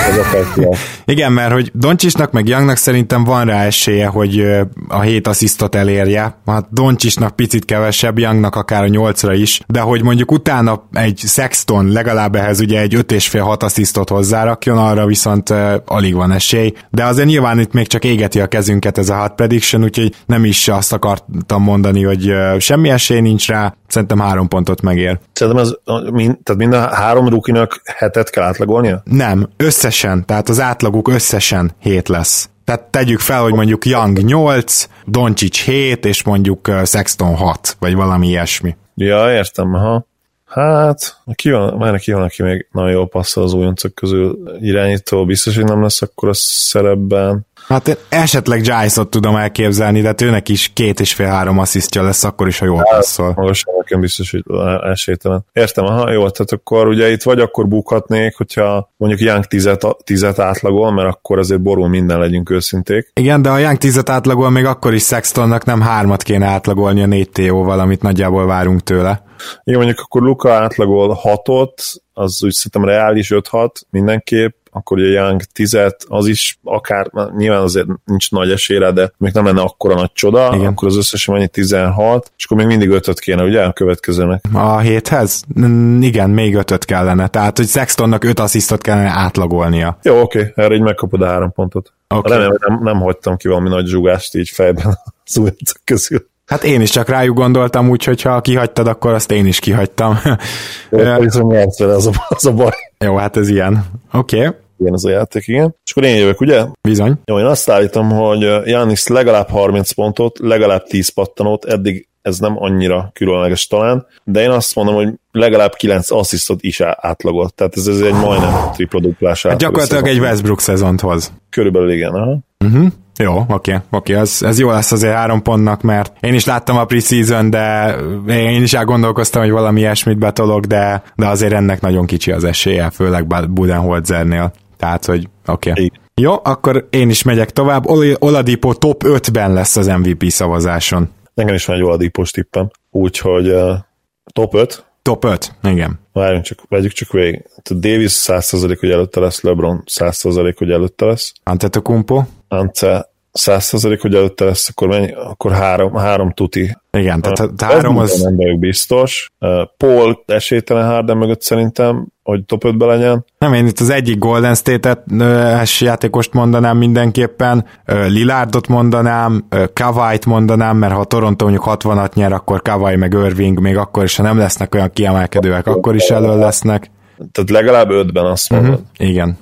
Igen, mert hogy Doncicnak meg Youngnak szerintem van rá esélye, hogy a 7 asszisztot elérje. Hát Doncicnak picit kevesebb, Youngnak akár a 8-ra is, de hogy mondjuk utána egy Sexton legalább ehhez ugye egy 5,5-6 asszisztot hozzárakjon, arra viszont alig van esély. De azért nyilván itt még csak égeti a kezünket ez a hot prediction, úgyhogy nem is azt akartam mondani, hogy semmi esély nincs rá, szerintem 3 pontot megér. Szerintem tehát mind a 3 rookie-nak 7-et kell átlagolnia? Nem, összesen, tehát az átlaguk összesen 7 lesz. Tehát tegyük fel, hogy mondjuk Young 8, Doncic 7, és mondjuk Sexton 6, vagy valami ilyesmi. Ja, értem, aha. Hát, ki van, aki még nagyon jól passzol az újoncok közül irányító, biztos, hogy nem lesz akkor a szerepben. Hát esetleg Giles-ot tudom elképzelni, de őnek is 2,5-3 asszisztja lesz, akkor is, ha jól passzol. Magasan nekem biztos, hogy esélytelen. Értem, aha, jó, tehát akkor ugye itt vagy akkor bukhatnék, hogyha mondjuk Young 10-et átlagol, mert akkor azért borul minden, legyünk őszinték. Igen, de a Young 10-et átlagol, még akkor is Sextonnak nem 3-at kéne átlagolni a 4 TO-val, amit nagyjából várunk tőle. Igen, mondjuk akkor Luka átlagol 6-ot, az úgy szerintem reális 5-6 mindenképp, akkor ugye Young 10-et, az is akár, nyilván azért nincs nagy esélyre, de még nem lenne akkora nagy csoda, igen. Akkor az összesen mennyi 16, és akkor még mindig 5-öt kéne, ugye, a következőnek. A 7-hez? Igen, még 5-öt kellene, tehát hogy Sextonnak 5 asszisztot kellene átlagolnia. Jó, oké, erre így megkapod a 3 pontot. Okay. Remélem, hogy nem hagytam ki valami nagy zsugást így fejben az újoncok közül. Hát én is csak rájuk gondoltam, úgyhogy ha kihagytad, akkor azt én is kihagytam. Viszont nyert vele az a baj. Jó, hát ez ilyen. Oké. Okay. Igen, az a játék, igen. És akkor én jövök, ugye? Bizony. Jó, én azt állítom, hogy Giannis legalább 30 pontot, legalább 10 pattanót, eddig ez nem annyira különleges talán, de én azt mondom, hogy legalább 9 asszisztot is átlagolt. Tehát ez egy majdnem tripla-duplás hát gyakorlatilag egy Westbrook szezont hoz. Körülbelül igen, aha. Jó, oké. Ez jó lesz azért 3 pontnak, mert én is láttam a preseason, de én is elgondolkoztam, hogy valami ilyesmit betolok, de azért ennek nagyon kicsi az esélye, főleg Budenholzernél. Tehát, hogy oké. Jó, akkor én is megyek tovább. Oladipo top 5-ben lesz az MVP szavazáson. Nekem is van egy Oladipós tippem, úgyhogy top 5? Top 5, igen. Vegyük csak végig. Davis 100%, hogy előtte lesz, LeBron 100%, hogy előtte lesz. Antetokounmpo? Ante 100%, hogy előtte lesz, akkor mennyi? Akkor 3 tuti. Igen, tehát 3 az... Nem vagyok biztos. Paul esélytelen Harden mögött szerintem, hogy top 5-ben legyen. Nem, én itt az egyik Golden State-et játékost mondanám mindenképpen, Lillardot mondanám, Kawhi-t mondanám, mert ha Toronto mondjuk 60-at nyer, akkor Kawhi meg Irving még akkor is, ha nem lesznek olyan kiemelkedőek, akkor is elő lesznek. Tehát legalább 5-ben azt mondod. Igen.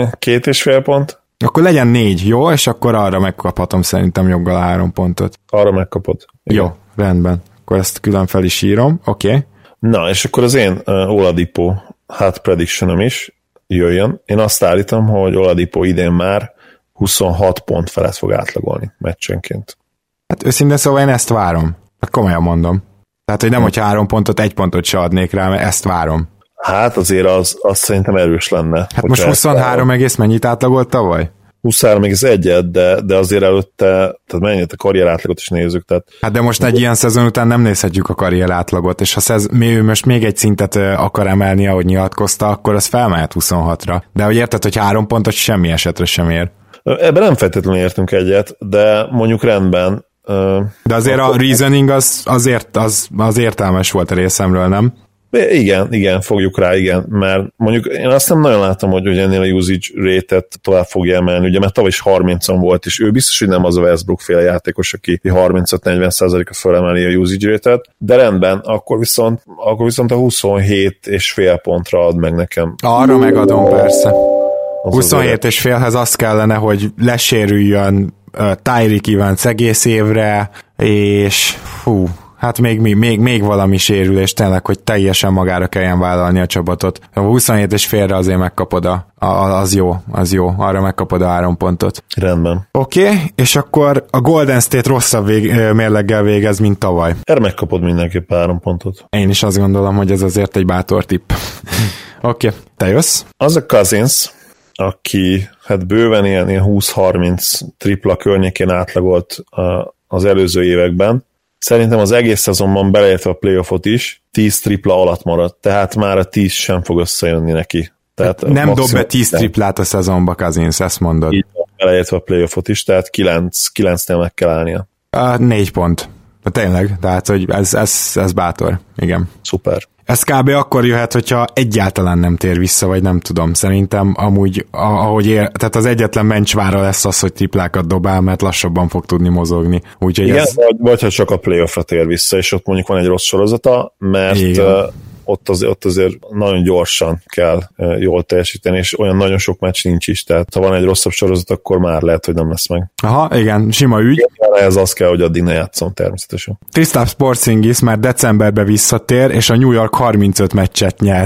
2,5 pont. Akkor legyen 4, jó? És akkor arra megkaphatom szerintem joggal 3 pontot. Arra megkapod. Igen. Jó, rendben. Akkor ezt külön fel is írom. Oké. Na, és akkor az én Oladipo hot predictionom is jöjjön. Én azt állítom, hogy Oladipo idén már 26 pont felett fog átlagolni meccsenként. Hát őszintén szóval én ezt várom. Hát komolyan mondom. Tehát, hogy nem, hogyha 3 pontot, 1 pontot se adnék rá, mert ezt várom. Hát azért az szerintem erős lenne. Hát most 23 egész mennyit átlagolt tavaly? 23,1-et, de azért előtte, tehát mennyit a karrier átlagot is nézzük. Tehát... Hát de most egy ilyen szezon után nem nézhetjük a karrier átlagot, és ha ő most még egy szintet akar emelni, ahogy nyilatkozta, akkor az felmehet 26-ra. De hogy érted, hogy 3 pontot semmi esetre sem ér. Ebben nem feltétlenül értünk egyet, de mondjuk rendben. De azért a reasoning az értelmes volt a részemről, nem? Igen, fogjuk rá, igen, mert mondjuk én azt nem nagyon látom, hogy ennél a usage rate-et tovább fogja emelni, ugye, mert tavaly is 30-on volt, és ő biztos, hogy nem az a Westbrook féle játékos, aki 35-40%-a fölemeli a usage rate-et, de rendben, akkor viszont a 27,5 pontra ad meg nekem. Arra megadom, persze. 27,5-hez az kellene, hogy lesérüljön Tyreek Evans egész évre, és hát még valami sérülés, tényleg, hogy teljesen magára kelljen vállalni a csapatot. A 27,5-re azért megkapod az jó, arra megkapod a 3 pontot. Rendben. Oké, és akkor a Golden State rosszabb mérleggel végez, mint tavaly. Erre megkapod mindenképp 3 pontot. Én is azt gondolom, hogy ez azért egy bátor tipp. Oké, te jössz? Az a Cousins, aki hát bőven ilyen 20-30 tripla környékén átlagolt az előző években. Szerintem az egész szezonban beleértve a playoffot is 10 tripla alatt maradt, tehát már a 10 sem fog összejönni neki. Tehát nem dob be 10 triplát a szezonba, Cousins, ezt mondod. Így beleértve a playoffot is, tehát 9-nél meg kell állnia. 4 pont. Tényleg, tehát hogy ez bátor. Igen. Szuper. Ez kb. Akkor jöhet, hogyha egyáltalán nem tér vissza, vagy nem tudom. Szerintem amúgy, tehát az egyetlen mencsvára lesz az, hogy triplákat dobál, mert lassabban fog tudni mozogni. Úgyhogy igen, vagy ha csak a playoffra tér vissza, és ott mondjuk van egy rossz sorozata, mert ott azért nagyon gyorsan kell jól teljesíteni, és olyan nagyon sok meccs nincs is, tehát ha van egy rosszabb sorozat, akkor már lehet, hogy nem lesz meg. Aha, igen, sima ügy. Igen, ez az kell, hogy addig ne játszom természetesen. Kristaps Porzingis már decemberben visszatér, és a New York 35 meccset nyer.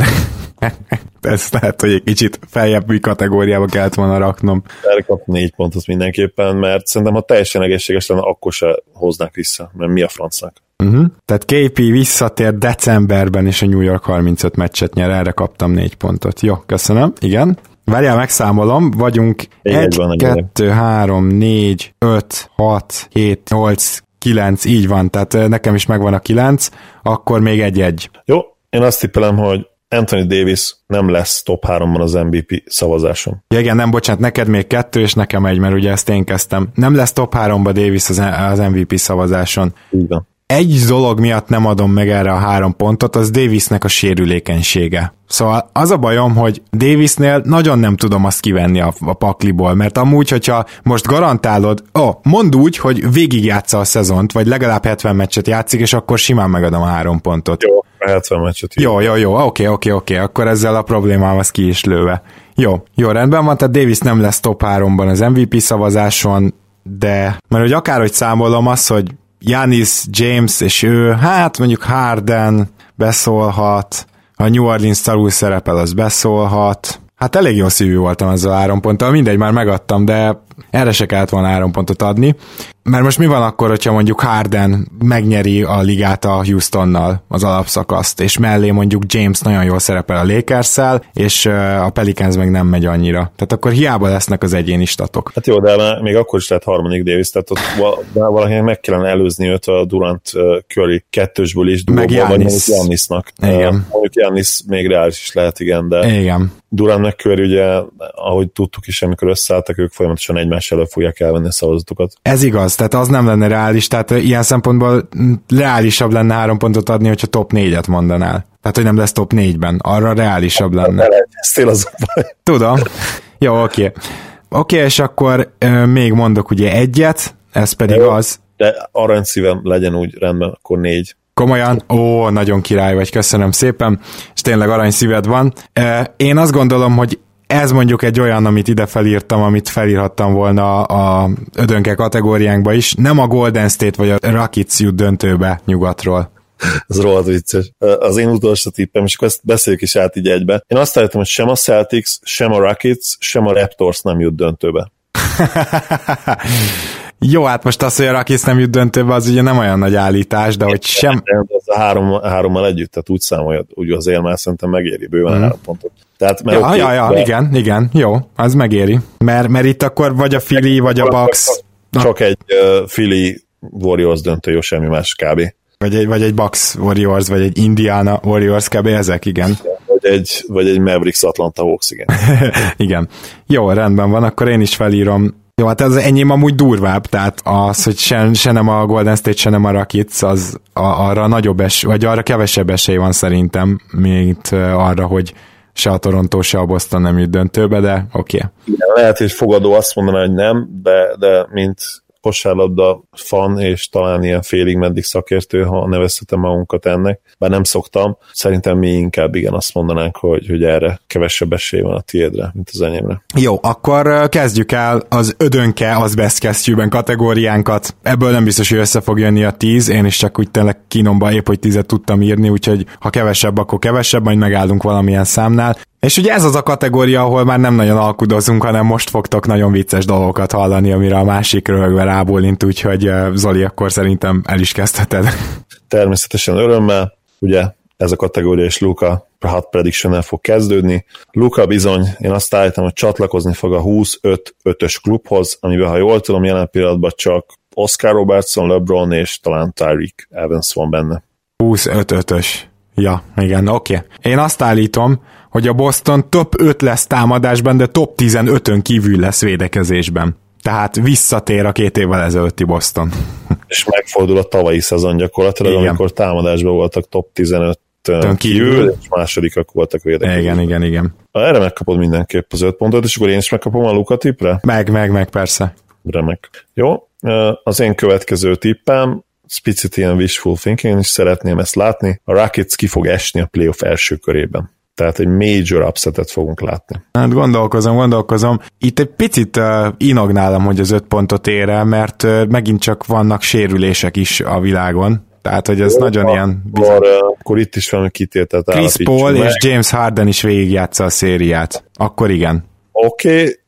Ez lehet, hogy egy kicsit feljebbi kategóriába kellett volna raknom. Erre kap 4 pontot mindenképpen, mert szerintem, ha teljesen egészséges lenne, akkor se hoznák vissza, mert mi a francnak. Tehát KP visszatér decemberben, és a New York 35 meccset nyer, erre kaptam 4 pontot. Jó, köszönöm, igen. Várjál, megszámolom, vagyunk 1, 2, 3, 4, 5, 6, 7, 8, 9, így van, tehát nekem is megvan a 9, akkor még 1-1. Jó, én azt tippelem, hogy Anthony Davis nem lesz top 3-ban az MVP szavazáson. Ja, igen, nem, bocsánat, neked még 2, és nekem 1, mert ugye ezt én kezdtem. Nem lesz top 3-ba Davis az MVP szavazáson. Így van. Egy dolog miatt nem adom meg erre a 3 pontot, az Davisnek a sérülékenysége. Szóval az a bajom, hogy Davisnél nagyon nem tudom azt kivenni a pakliból, mert amúgy, hogyha most garantálod, mondd úgy, hogy végigjátsza a szezont, vagy legalább 70 meccset játszik, és akkor simán megadom a 3 pontot. Jó, 70 meccset. Jó, oké, akkor ezzel a problémám az ki is lőve. Jó, rendben van, tehát Davis nem lesz top 3-ban az MVP szavazáson, de mert hogy akárhogy számolom az, hogy Giannis, James és ő, hát mondjuk Harden beszólhat, a New Orleans szarul szerepel, az beszólhat. Hát elég jó szívű voltam ezzel 3 ponttal, mindegy, már megadtam, de erre se kellett volna 3 pontot adni. Mert most mi van akkor, hogyha mondjuk Harden megnyeri a ligát a Houstonnal, az alapszakaszt, és mellé mondjuk James nagyon jól szerepel a Lakers-szel, és a Pelicans meg nem megy annyira. Tehát akkor hiába lesznek az egyéni statok. Hát jó, de még akkor is lehet harmadik Davis, tehát ott valakinek meg kellene előzni őt a Durant Curry 2-sből is, meg Giannisnak. Mondjuk Giannis még reális is lehet, igen, de igen. Durant meg Curry ugye, ahogy tudtuk is, amikor összeálltak, ők folyamatosan egymás elől fogják elvenni a szavazatokat. Ez igaz, tehát az nem lenne reális, tehát ilyen szempontból reálisabb lenne 3 pontot adni, hogyha top 4-et mondanál. Tehát, hogy nem lesz top 4-ben, arra reálisabb lenne. Ezt az a baj. Tudom. Jó, oké. Oké, és akkor még mondok ugye 1-et, ez pedig jó, az. De aranyszívem legyen úgy rendben, akkor 4. Komolyan? Nagyon király vagy, köszönöm szépen, és tényleg aranyszíved van. Én azt gondolom, hogy ez mondjuk egy olyan, amit ide felírtam, amit felírhattam volna a ödönke kategóriánkba is. Nem a Golden State vagy a Rockets jut döntőbe nyugatról. Ez rohadt vicces. Az én utolsó tippem, és akkor ezt beszéljük is át így egybe. Én azt állítom, hogy sem a Celtics, sem a Rockets, sem a Raptors nem jut döntőbe. Jó, hát most az, hogy a Rockets nem jut döntőbe, az ugye nem olyan nagy állítás, de hogy sem... Ez a hárommal együtt, tehát úgy számolja, úgy azért már szerintem megéri bőven a 3 pontot. Tehát, igen, jó, az megéri. Mert itt akkor vagy a Philly, vagy a Bucks... Csak egy Philly Warriors döntő, jó, semmi más kb. Vagy egy Bucks Warriors, vagy egy Indiana Warriors kb. Ezek, igen. Vagy egy Mavericks Atlanta Hawks, igen. Igen. Jó, rendben van, akkor én is felírom. Jó, hát ez enyém amúgy durvább, tehát az, hogy se nem a Golden State, se nem a Rockets, az arra nagyobb vagy arra kevesebb esély van szerintem, mint arra, hogy se a Toronto, se a Boston nem jut döntőbe, de oké. Igen, lehet, hogy fogadó azt mondaná, hogy nem, de mint kosárlabda fan, és talán ilyen félig meddig szakértő, ha nevezhetem magunkat ennek, bár nem szoktam, szerintem mi inkább igen azt mondanánk, hogy erre kevesebb esély van a tiédre, mint az enyémre. Jó, akkor kezdjük el az ödönke azbesztkesztyűben kategóriánkat. Ebből nem biztos, hogy össze fog jönni a 10, én is csak úgy tényleg kínomba épp, hogy 10-et tudtam írni, úgyhogy ha kevesebb, akkor kevesebb, majd megállunk valamilyen számnál. És ugye ez az a kategória, ahol már nem nagyon alkudozunk, hanem most fogtok nagyon vicces dolgokat hallani, amire a másik röhögve rábólint, úgyhogy Zoli, akkor szerintem el is kezdheted. Természetesen örömmel, ugye ez a kategória és Luka Hot Prediction-nel fog kezdődni. Luka bizony, én azt állítom, hogy csatlakozni fog a 25-ös klubhoz, amiben, ha jól tudom, jelen pillanatban csak Oscar Robertson, LeBron és talán Tyreek Evans van benne. 25-ös. Ja, igen, oké. Én azt állítom, hogy a Boston top 5 lesz támadásban, de top 15-ön kívül lesz védekezésben. Tehát visszatér a 2 évvel ezelőtti Boston. És megfordul a tavalyi szezon gyakorlatilag, igen, amikor támadásban voltak top 15-ön kívül, és másodikak voltak védekezésben. Igen. Erre megkapod mindenképp az 5 pontot, és akkor én is megkapom a Luka tippre? Meg, persze. Remek. Jó, az én következő tippem, picit ilyen wishful thinking, és szeretném ezt látni. A Rockets ki fog esni a playoff első körében. Tehát egy major upsetet fogunk látni. Hát gondolkozom. Itt egy picit inognálam, hogy az 5 pontot ér el, mert megint csak vannak sérülések is a világon. Tehát, hogy ez jó, nagyon ilyen... Akkor itt is valami kitételt Chris Paul és James Harden is végigjátsza a szériát. Akkor igen. Oké,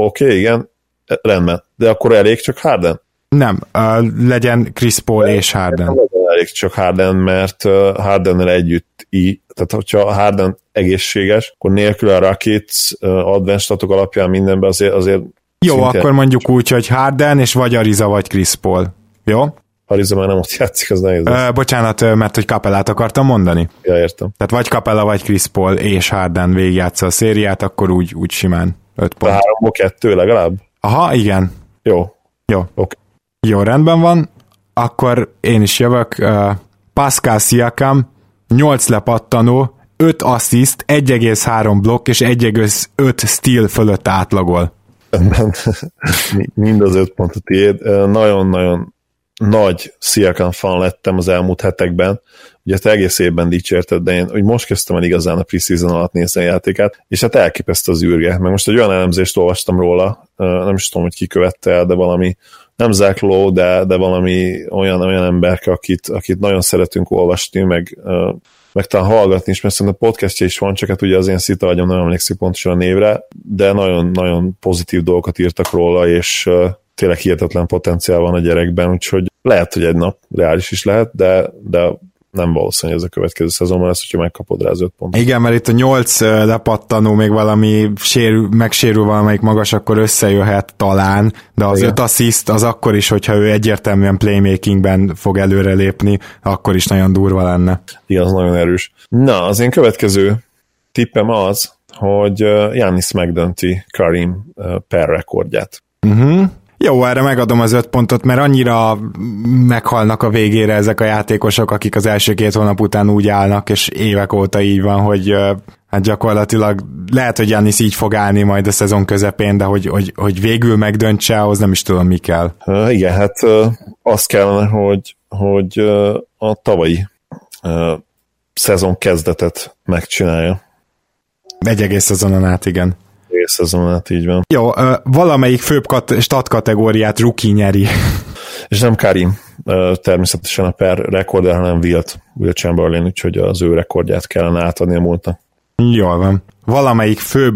igen. Rendben. De akkor elég csak Harden? Nem, legyen Chris Paul és Harden. Legyen elég csak Harden, mert Hardennel együtt tehát hogyha Harden egészséges, akkor nélkül a Rockets advanced statok alapján mindenben azért jó, akkor mondjuk úgy, hogy Harden és vagy Ariza, vagy Chris Paul. Jó? Ariza már nem ott játszik, az nehéz. Bocsánat, mert hogy Capellát akartam mondani. Ja, értem. Tehát vagy Capella, vagy Chris Paul és Harden végigjátsza a szériát, akkor úgy simán 5 pont. 3-ból 2 legalább? Aha, igen. Jó. Okay. Jó, rendben van. Akkor én is jövök. Pascal Siakam, 8 lepattanó, 5 assziszt, 1,3 blokk és 1,5 steal fölött átlagol. Mind az 5 pont a tiéd. Nagyon-nagyon nagy Siakam fan lettem az elmúlt hetekben. Ugye te egész évben dicsérted, de én úgy most kezdtem el igazán a preseason alatt nézni a játékát, és hát elképesztő az űrge. Meg most egy olyan elemzést olvastam róla, nem is tudom, hogy ki követte el, de valami, nem Zach Lowe, de valami olyan emberke, akit nagyon szeretünk olvasni, meg talán hallgatni is, mert szerintem podcastja is van, csak hát ugye az én szita agyam nem emlékszik pontosan a névre, de nagyon-nagyon pozitív dolgokat írtak róla, és tényleg hihetetlen potenciál van a gyerekben, úgyhogy lehet, hogy egy nap reális is lehet, de nem valószínű, ez a következő szezonban lesz, hogyha megkapod rá az 5 pontot. Igen, mert itt a 8 lepattanó, még valami megsérül valamelyik magas, akkor összejöhet talán, de az 5 assziszt az akkor is, hogyha ő egyértelműen playmakingben fog előrelépni, akkor is nagyon durva lenne. Igen, az nagyon erős. Na, az én következő tippem az, hogy Giannis megdönti Kareem per rekordját. Jó, erre megadom az 5 pontot, mert annyira meghalnak a végére ezek a játékosok, akik az első 2 hónap után úgy állnak, és évek óta így van, hogy hát gyakorlatilag lehet, hogy Giannis így fog állni majd a szezon közepén, de hogy végül megdöntse, ahhoz nem is tudom, mi kell. Igen, hát az kellene, hogy a tavalyi szezon kezdetet megcsinálja. Egy egész szezonon át, igen. Szezonát, így van. Jó, valamelyik főbb statkategóriát rookie nyeri. És nem Karim, természetesen a per rekorder, hanem Will Chamberlain, úgyhogy az ő rekordját kellene átadni a múltnak. Jól van. Valamelyik főbb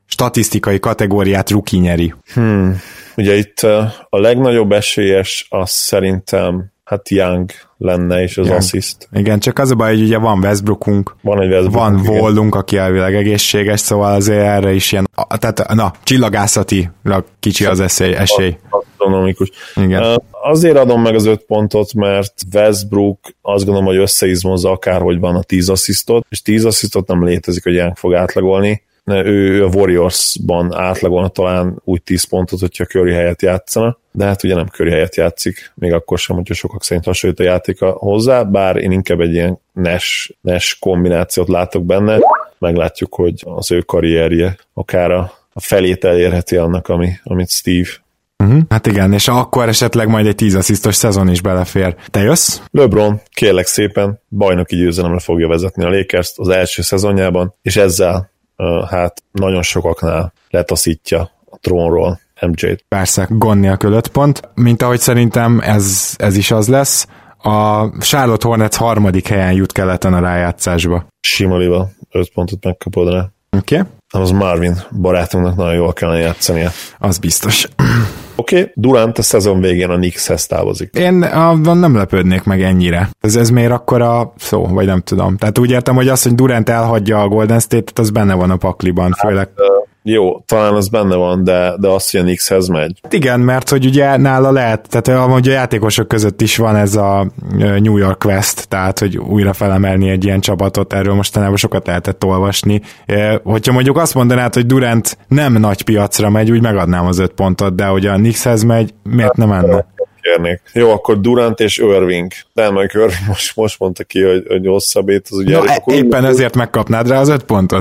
statisztikai kategóriát rookie nyeri? Ugye itt a legnagyobb esélyes az szerintem hát Young lenne, és az assist. Igen, csak az a baj, hogy ugye van Westbrookunk, van Wallunk, aki elvileg egészséges, szóval azért erre is ilyen, tehát csillagászatilag kicsi az esély. Astronomikus. Igen. Azért adom meg az 5 pontot, mert Westbrook azt gondolom, hogy összeizmozza akárhogy van a 10 assistot, és 10 assistot nem létezik, hogy Young fog átlagolni. Ő a Warriors-ban átlagolna talán úgy 10 pontot, hogyha Curry helyett játszana, de hát ugye nem Curry helyett játszik, még akkor sem, hogyha sokak szerint hasonlít a játéka hozzá, bár én inkább egy ilyen Nash kombinációt látok benne, meglátjuk, hogy az ő karrierje akár a felét elérheti annak, amit Steve. Hát igen, és akkor esetleg majd egy 10 asszisztos szezon is belefér. Te jössz? LeBron, kérlek szépen, bajnoki győzelemre fogja vezetni a Lakers-t az első szezonjában, és ezzel hát nagyon sokaknál letaszítja a trónról MJ-t. Persze, gond nélkül 5 pont, mint ahogy szerintem ez is az lesz. A Charlotte Hornets 3. helyen jut keleten a rájátszásba. Simalival 5 pontot megkapod rá. Oké. Az Marvin barátunknak nagyon jól kellene játszania. Az biztos. Oké, Durant a szezon végén a Knickshez távozik. Én nem lepődnék meg ennyire. Ez miért akkora szó, vagy nem tudom. Tehát úgy értem, hogy az, hogy Durant elhagyja a Golden State-et, az benne van a pakliban, főleg. Jó, talán az benne van, de az, hogy a Knickshez megy. Igen, mert hogy ugye nála lehet, tehát amúgy a játékosok között is van ez a New York West, tehát hogy újra felemelni egy ilyen csapatot, erről mostanában sokat lehetett olvasni. Hogyha mondjuk azt mondanád, hogy Durant nem nagy piacra megy, úgy megadnám az 5 pontot, de hogy a Knickshez megy, miért nem menne? Kérnék. Jó, akkor Durant és Irving. De meg Irving most mondta ki, hogy hosszabbét az ugye... Éppen ezért megkapnád rá az 5 pontot.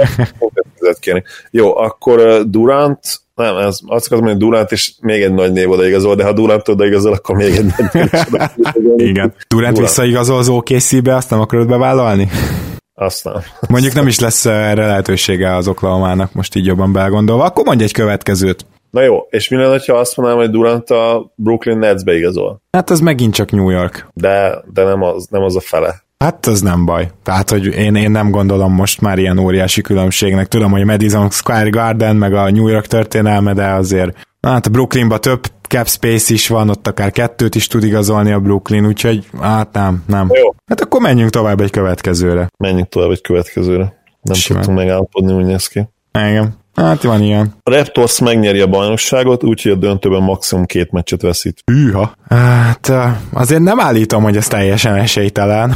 Jó, akkor Durant, nem, azt akarom mondani, Durant és még egy nagy név odaigazol, de ha Durant odaigazol, akkor még egy nagy név Igen. Durant visszaigazol az OKC-be, azt nem akarod bevállalni? Azt nem. Mondjuk nem is lesz erre lehetősége az Oklahomának, most így jobban belgondolva. Akkor mondj egy következőt. Na jó, és mi lenne, ha azt mondanám, hogy Durant a Brooklyn Netsbe igazol? Hát az megint csak New York. De nem az a fele. Hát az nem baj. Tehát, hogy én nem gondolom most már ilyen óriási különbségnek. Tudom, hogy Madison Square Garden, meg a New York történelme, de azért hát a Brooklynban több cap space is van, ott akár 2 is tud igazolni a Brooklyn, úgyhogy hát nem. Jó. Hát akkor menjünk tovább egy következőre. Nem tudtunk megállapodni, úgy néz ki. Igen. Hát van ilyen. A Raptors megnyeri a bajnokságot, úgyhogy a döntőben maximum 2 meccset veszít. Hűha. Hát azért nem állítom, hogy ez teljesen esélytelen.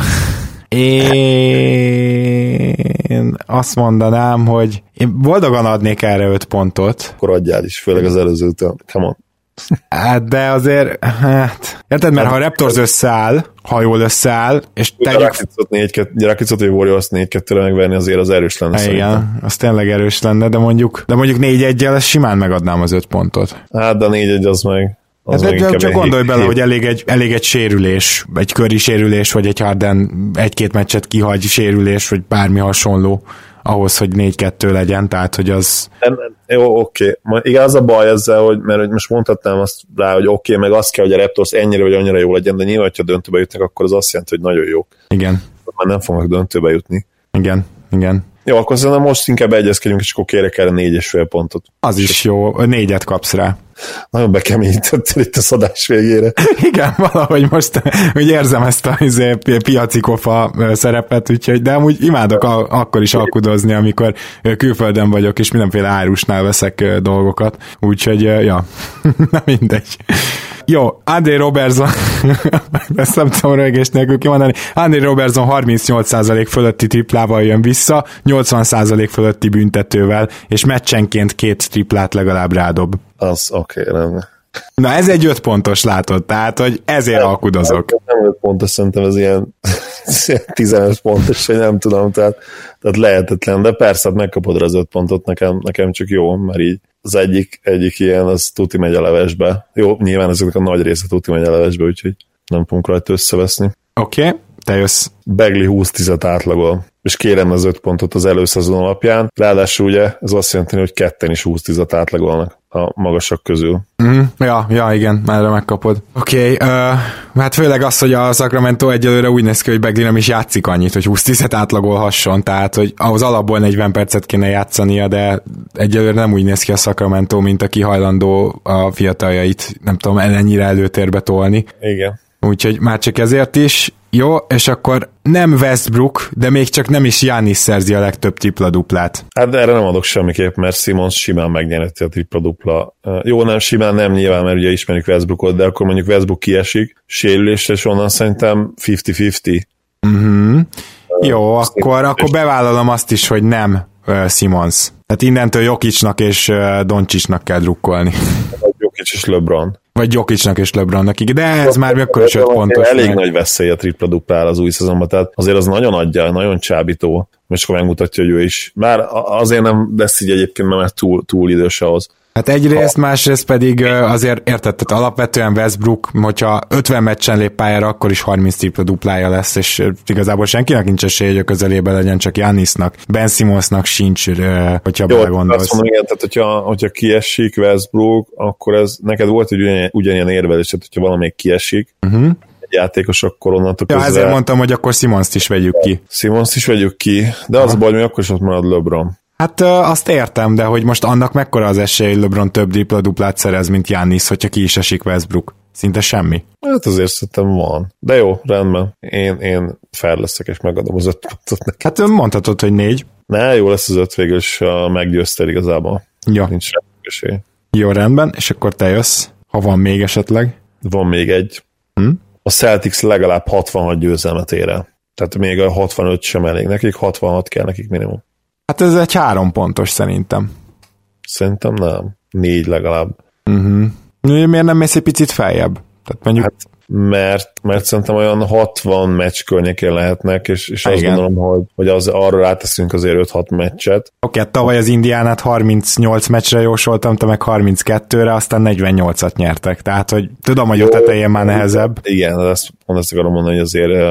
Én azt mondanám, hogy én boldogan adnék erre 5 pontot. Akkor adjál is, főleg az előző után. Come on. Hát, de azért, érted, mert ha a Raptors összeáll, ha jól összeáll, és Rakicot vagy Warriors 4-2-re megverni azért az erős lenne. Igen, szerintem. az tényleg erős lenne, de mondjuk 4-1-jel simán megadnám az 5 pontot. Hát, de a 4-1 az meg... De csak gondolj bele, hogy elég egy sérülés, egy Curry sérülés, vagy egy Harden 1-2 meccset kihagy sérülés, vagy bármi hasonló ahhoz, hogy 4-2 legyen, tehát hogy az... Jó, oké. Igen, az a baj ezzel, mert most mondhatnám azt rá, hogy oké, meg azt kell, hogy a Raptors ennyire vagy annyira jó legyen, de nyilván, ha döntőbe jutnak, akkor az azt jelenti, hogy nagyon jók. Igen. Már nem fognak döntőbe jutni. Igen. Jó, akkor szerintem most inkább egyezkedjünk, és akkor kérek erre 4,5 pontot. Az is jó, 4-et kapsz rá. Nagyon bekeményítettél itt a szadás végére. Igen, valahogy most úgy érzem ezt a piaci kofa szerepet, úgyhogy, de amúgy imádok akkor is alkudozni, amikor külföldön vagyok, és mindenféle árusnál veszek dolgokat, úgyhogy, ja, na mindegy. Jó, Andre Robertson, ezt nem tudom rögés nélkül kimondani, Andre Robertson 38% fölötti triplával jön vissza, 80% fölötti büntetővel, és meccsenként 2 triplát legalább rádob. Az oké, rendben. Na ez egy 5 pontos, látod, tehát, hogy ezért alkudozok. Nem 5 pontos, szerintem ez ilyen 15 pontos, hogy nem tudom, tehát lehetetlen, de persze, hát megkapod rá az 5 pontot, nekem csak jó, mert így az egyik ilyen, az tuti megy a levesbe. Jó, nyilván ezeknek a nagy része tuti megy a levesbe, úgyhogy nem fogunk rajta összeveszni. Oké, te jössz. Bagley 20-10 átlagol. és kérem az 5 pontot az előszezon alapján. Ráadásul ugye ez azt jelenti, hogy ketten is 20-10-at átlagolnak a magasak közül. Ja, igen, erre megkapod. Oké, hát főleg az, hogy a Sacramento egyelőre úgy néz ki, hogy Bagley nem is játszik annyit, hogy 20-10-et átlagolhasson, tehát hogy ahhoz alapból 40 percet kéne játszania, de egyelőre nem úgy néz ki a Sacramento, mint aki hajlandó a fiataljait, nem tudom, ennyire előtérbe tolni. Igen. Úgyhogy már csak ezért is. Jó, és akkor nem Westbrook, de még csak nem is Giannis szerzi a legtöbb tripla-duplát. Hát de erre nem adok semmiképp, mert Simmons simán megnyerheti a tripla-dupla. Jó, nem simán, nem nyilván, mert ugye ismerjük Westbrookot, de akkor mondjuk Westbrook kiesik, sérülésre, és onnan szerintem 50-50. Jó, akkor bevállalom azt is, hogy nem Simmons. Tehát innentől Jokicnak és Doncsicsnak kell drukkolni. Vagy Jokic és LeBron. Vagy Jokicnak és LeBronnak, de ez már akkor is 5 pontos. Elég nagy veszély a tripla-duplára az új szezonban, tehát azért az nagyon adja, nagyon csábító, és akkor megmutatja, hogy ő is. Már azért nem lesz így egyébként, mert túl idős ahhoz. Hát egyrészt, másrészt pedig azért értetted, alapvetően Westbrook, hogyha 50 meccsen lép pályára, akkor is 30 tripla duplája lesz, és igazából senkinek nincs esélye, hogy a közelében legyen, csak Giannisnak, Ben Simmonsnak sincs, hogyha belegondolsz. Azt mondom, igen, tehát hogyha kiesik Westbrook, akkor ez neked volt egy ugyanilyen érvelés, tehát hogyha valamelyik kiesik, egy játékos, akkor onnantól közben... ezért mondtam, hogy akkor Simmons-t is vegyük ki. Simmons-t is vegyük ki, de az a baj, hogy akkor is ott marad LeBron. Hát azt értem, de hogy most annak mekkora az esély, hogy LeBron több tripla-duplát szerez, mint Giannis, hogyha ki is esik Westbrook? Szinte semmi. Hát azért szerintem van. De jó, rendben. Én fel leszek, és megadom az 5 pontot neki. Hát mondhatod, hogy 4. Ne, jó lesz az 5 végül, és meggyőzted igazából. Ja. Nincs semmi esély. Jó, rendben, és akkor te jössz, ha van még esetleg. Van még egy. A Celtics legalább 66 győzelmet ér el. Tehát még a 65 sem elég nekik, 66 kell nekik minimum. Hát ez egy 3 pontos szerintem. Szerintem nem. 4 legalább. Miért nem mész egy picit feljebb? Tehát mondjuk... Hát, mert szerintem olyan 60 meccs környékén lehetnek, és azt gondolom, hogy arra ráteszünk azért 5-6 meccset. Oké, tavaly az Indiánát 38 meccsre jósoltam, te meg 32-re, aztán 48-at nyertek. Tehát, hogy tudom, hogy a tetején már nehezebb. Igen, ezt akarom mondani, hogy azért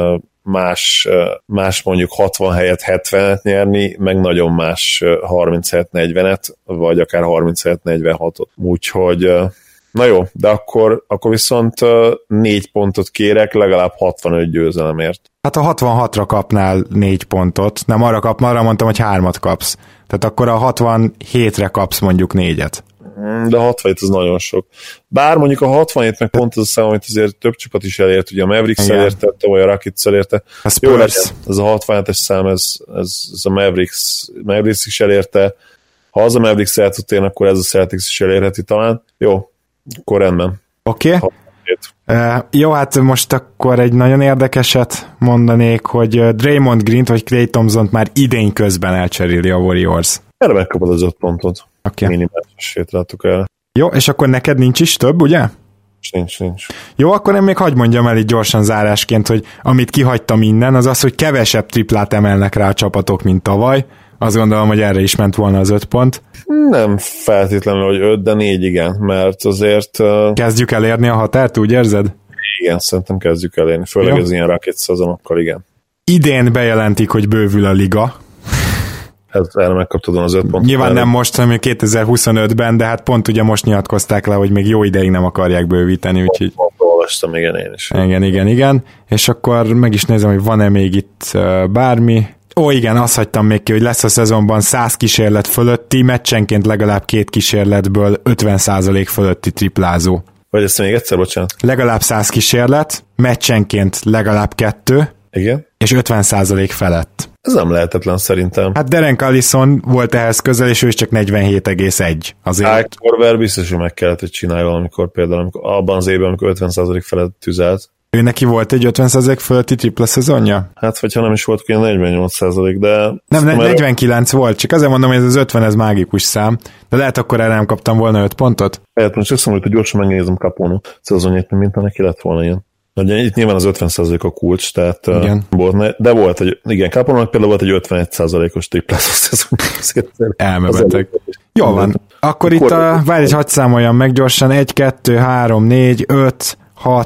más mondjuk 60 helyett 70-et nyerni, meg nagyon más 37-40-et, vagy akár 37-46-ot. Úgyhogy na jó, de akkor viszont 4 pontot kérek, legalább 65 győzelemért. Hát a 66-ra kapnál 4 pontot, nem arra mondtam, hogy 3-at kapsz. Tehát akkor a 67-re kapsz mondjuk 4-et. De a 67 az nagyon sok. Bár mondjuk a 67 meg pont az a szám, amit azért több csapat is elért, ugye a Mavericks elérte, vagy a Rockets elérte. Jó legyen, ez a 67-es szám, ez a Mavericks is elérte. Ha az a Mavericks el tud érni, akkor ez a Celtics is elérheti talán. Jó, akkor rendben. Oké. Jó, hát most akkor egy nagyon érdekeset mondanék, hogy Draymond Green-t vagy Klay Thompsont már idén közben elcseréli a Warriors. Erre megkapod az 5 pontot. Okay. Minimális rátok el. Jó, és akkor neked nincs is több, ugye? Nincs. Jó, akkor én még hagyd mondjam el így gyorsan zárásként, hogy amit kihagytam innen, az az, hogy kevesebb triplát emelnek rá a csapatok, mint tavaly. Azt gondolom, hogy erre is ment volna az 5 pont. Nem feltétlenül, hogy 5, de 4 igen, mert azért... Kezdjük elérni a határt, úgy érzed? Igen, szerintem kezdjük elérni, főleg az ilyen Rockets szezonokkal, igen. Idén bejelentik, hogy bővül a liga. Erre megkaptad az 5 pontot. Nyilván nem most, hanem 2025-ben, de hát pont ugye most nyilatkozták le, hogy még jó ideig nem akarják bővíteni, úgyhogy... Olvastam, igen, én is. Igen. És akkor meg is nézem, hogy van-e még itt bármi... Igen, azt hagytam még ki, hogy lesz a szezonban 100 kísérlet fölötti, meccsenként legalább 2 kísérletből 50% fölötti triplázó. Vagy ezt még egyszer, bocsánat? Legalább 100 kísérlet, meccsenként legalább 2, igen? És 50% felett. Ez nem lehetetlen szerintem. Hát Derek Allison volt ehhez közel, és ő is csak 47,1. Azért... Korver biztos, hogy meg kellett, hogy csinálja valamikor, például abban az évben, amikor 50% felett tüzelt. Ő neki volt egy 50% fölötti tripla szezonja? Hát, hogyha nem is volt, olyan 48%, de... Nem, 49 volt, csak azért mondom, hogy ez az 50, ez mágikus szám. De lehet akkor erre nem kaptam volna 5 pontot? Hát most csak szomorú, hogy gyorsan megnézem Capone szezonját, mint neki lett volna ilyen. Ugye itt nyilván az 50% a kulcs, tehát volt, de volt egy, igen, Capone-nak például volt egy 51%-os triplázó szezon. Elmebeteg. Jó van, akkor itt várj, hogy hadd számoljam meg gyorsan, 1, 2, 3, 4, 5, 6,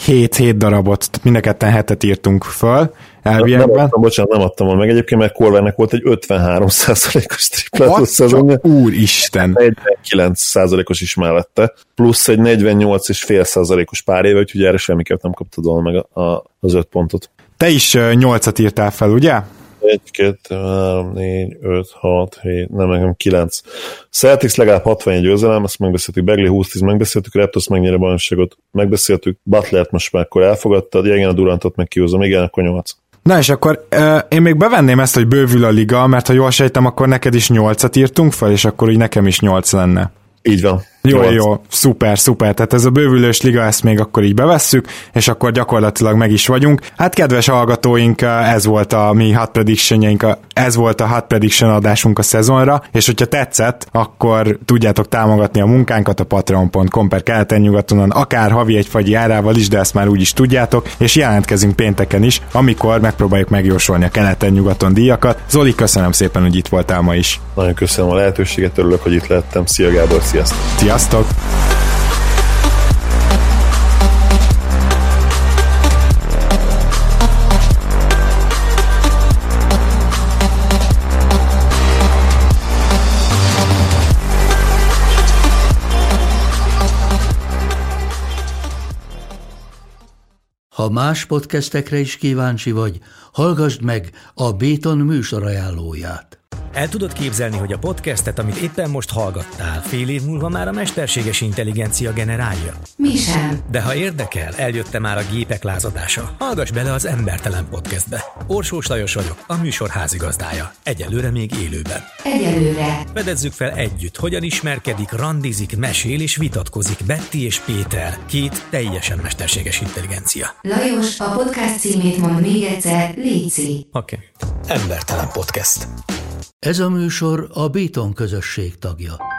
7 darabot, mind a ketten 7-et írtunk föl elviekben. Nem adtam meg egyébként, mert Korvernek volt egy 53%-os triplátos szezonja. Úristen! 49%-os is mellette, plusz egy 48,5%-os pár éve, úgyhogy erre semmiképp nem kaptad volna meg az 5 pontot. Te is 8-at írtál fel, ugye? 1, 2, 3, 4, 5, 6, 7, nem, nekem 9. Celtics legalább 61 győzelem, ezt megbeszéltük, Bagley 20-10 megbeszéltük, Raptors megnyeri a bajnokságot, megbeszéltük, Butlert most már akkor elfogadtad, igen, a Durantot meg kihozom, igen, akkor 8. Na és akkor én még bevenném ezt, hogy bővül a liga, mert ha jól sejtem, akkor neked is 8-at írtunk fel, és akkor így nekem is 8 lenne. Így van. Jó, szuper, tehát ez a bővülős liga, ezt még akkor így bevesszük, és akkor gyakorlatilag meg is vagyunk. Hát kedves hallgatóink, ez volt a mi hot predictionjeink, ez volt a hot prediction adásunk a szezonra, és hogyha tetszett, akkor tudjátok támogatni a munkánkat a patreon.com/keleten-nyugatonon, akár havi egy fagyi árával is, de ezt már úgyis tudjátok, és jelentkezünk pénteken is, amikor megpróbáljuk megjósolni a keleten-nyugaton díjakat. Zoli, köszönöm szépen, hogy itt voltál ma is. Nagyon köszönöm a lehetőséget, örülök, hogy itt lettem. Szia Gábor, sziasztok! Sziasztok! Ha más podcastekre is kíváncsi vagy, hallgassd meg a Béton műsor ajánlóját. El tudod képzelni, hogy a podcastet, amit éppen most hallgattál, fél év múlva már a mesterséges intelligencia generálja? Mi sem. De ha érdekel, eljött már a gépek lázadása. Hallgass bele az Embertelen Podcastbe. Orsós Lajos vagyok, a műsor házigazdája. Egyelőre még élőben. Egyelőre. Fedezzük fel együtt, hogyan ismerkedik, randizik, mesél és vitatkozik Betty és Péter, 2 teljesen mesterséges intelligencia. Lajos, a podcast címét mond még egyszer, léci. Oké. Embertelen Podcast. Ez a műsor a Béton közösség tagja.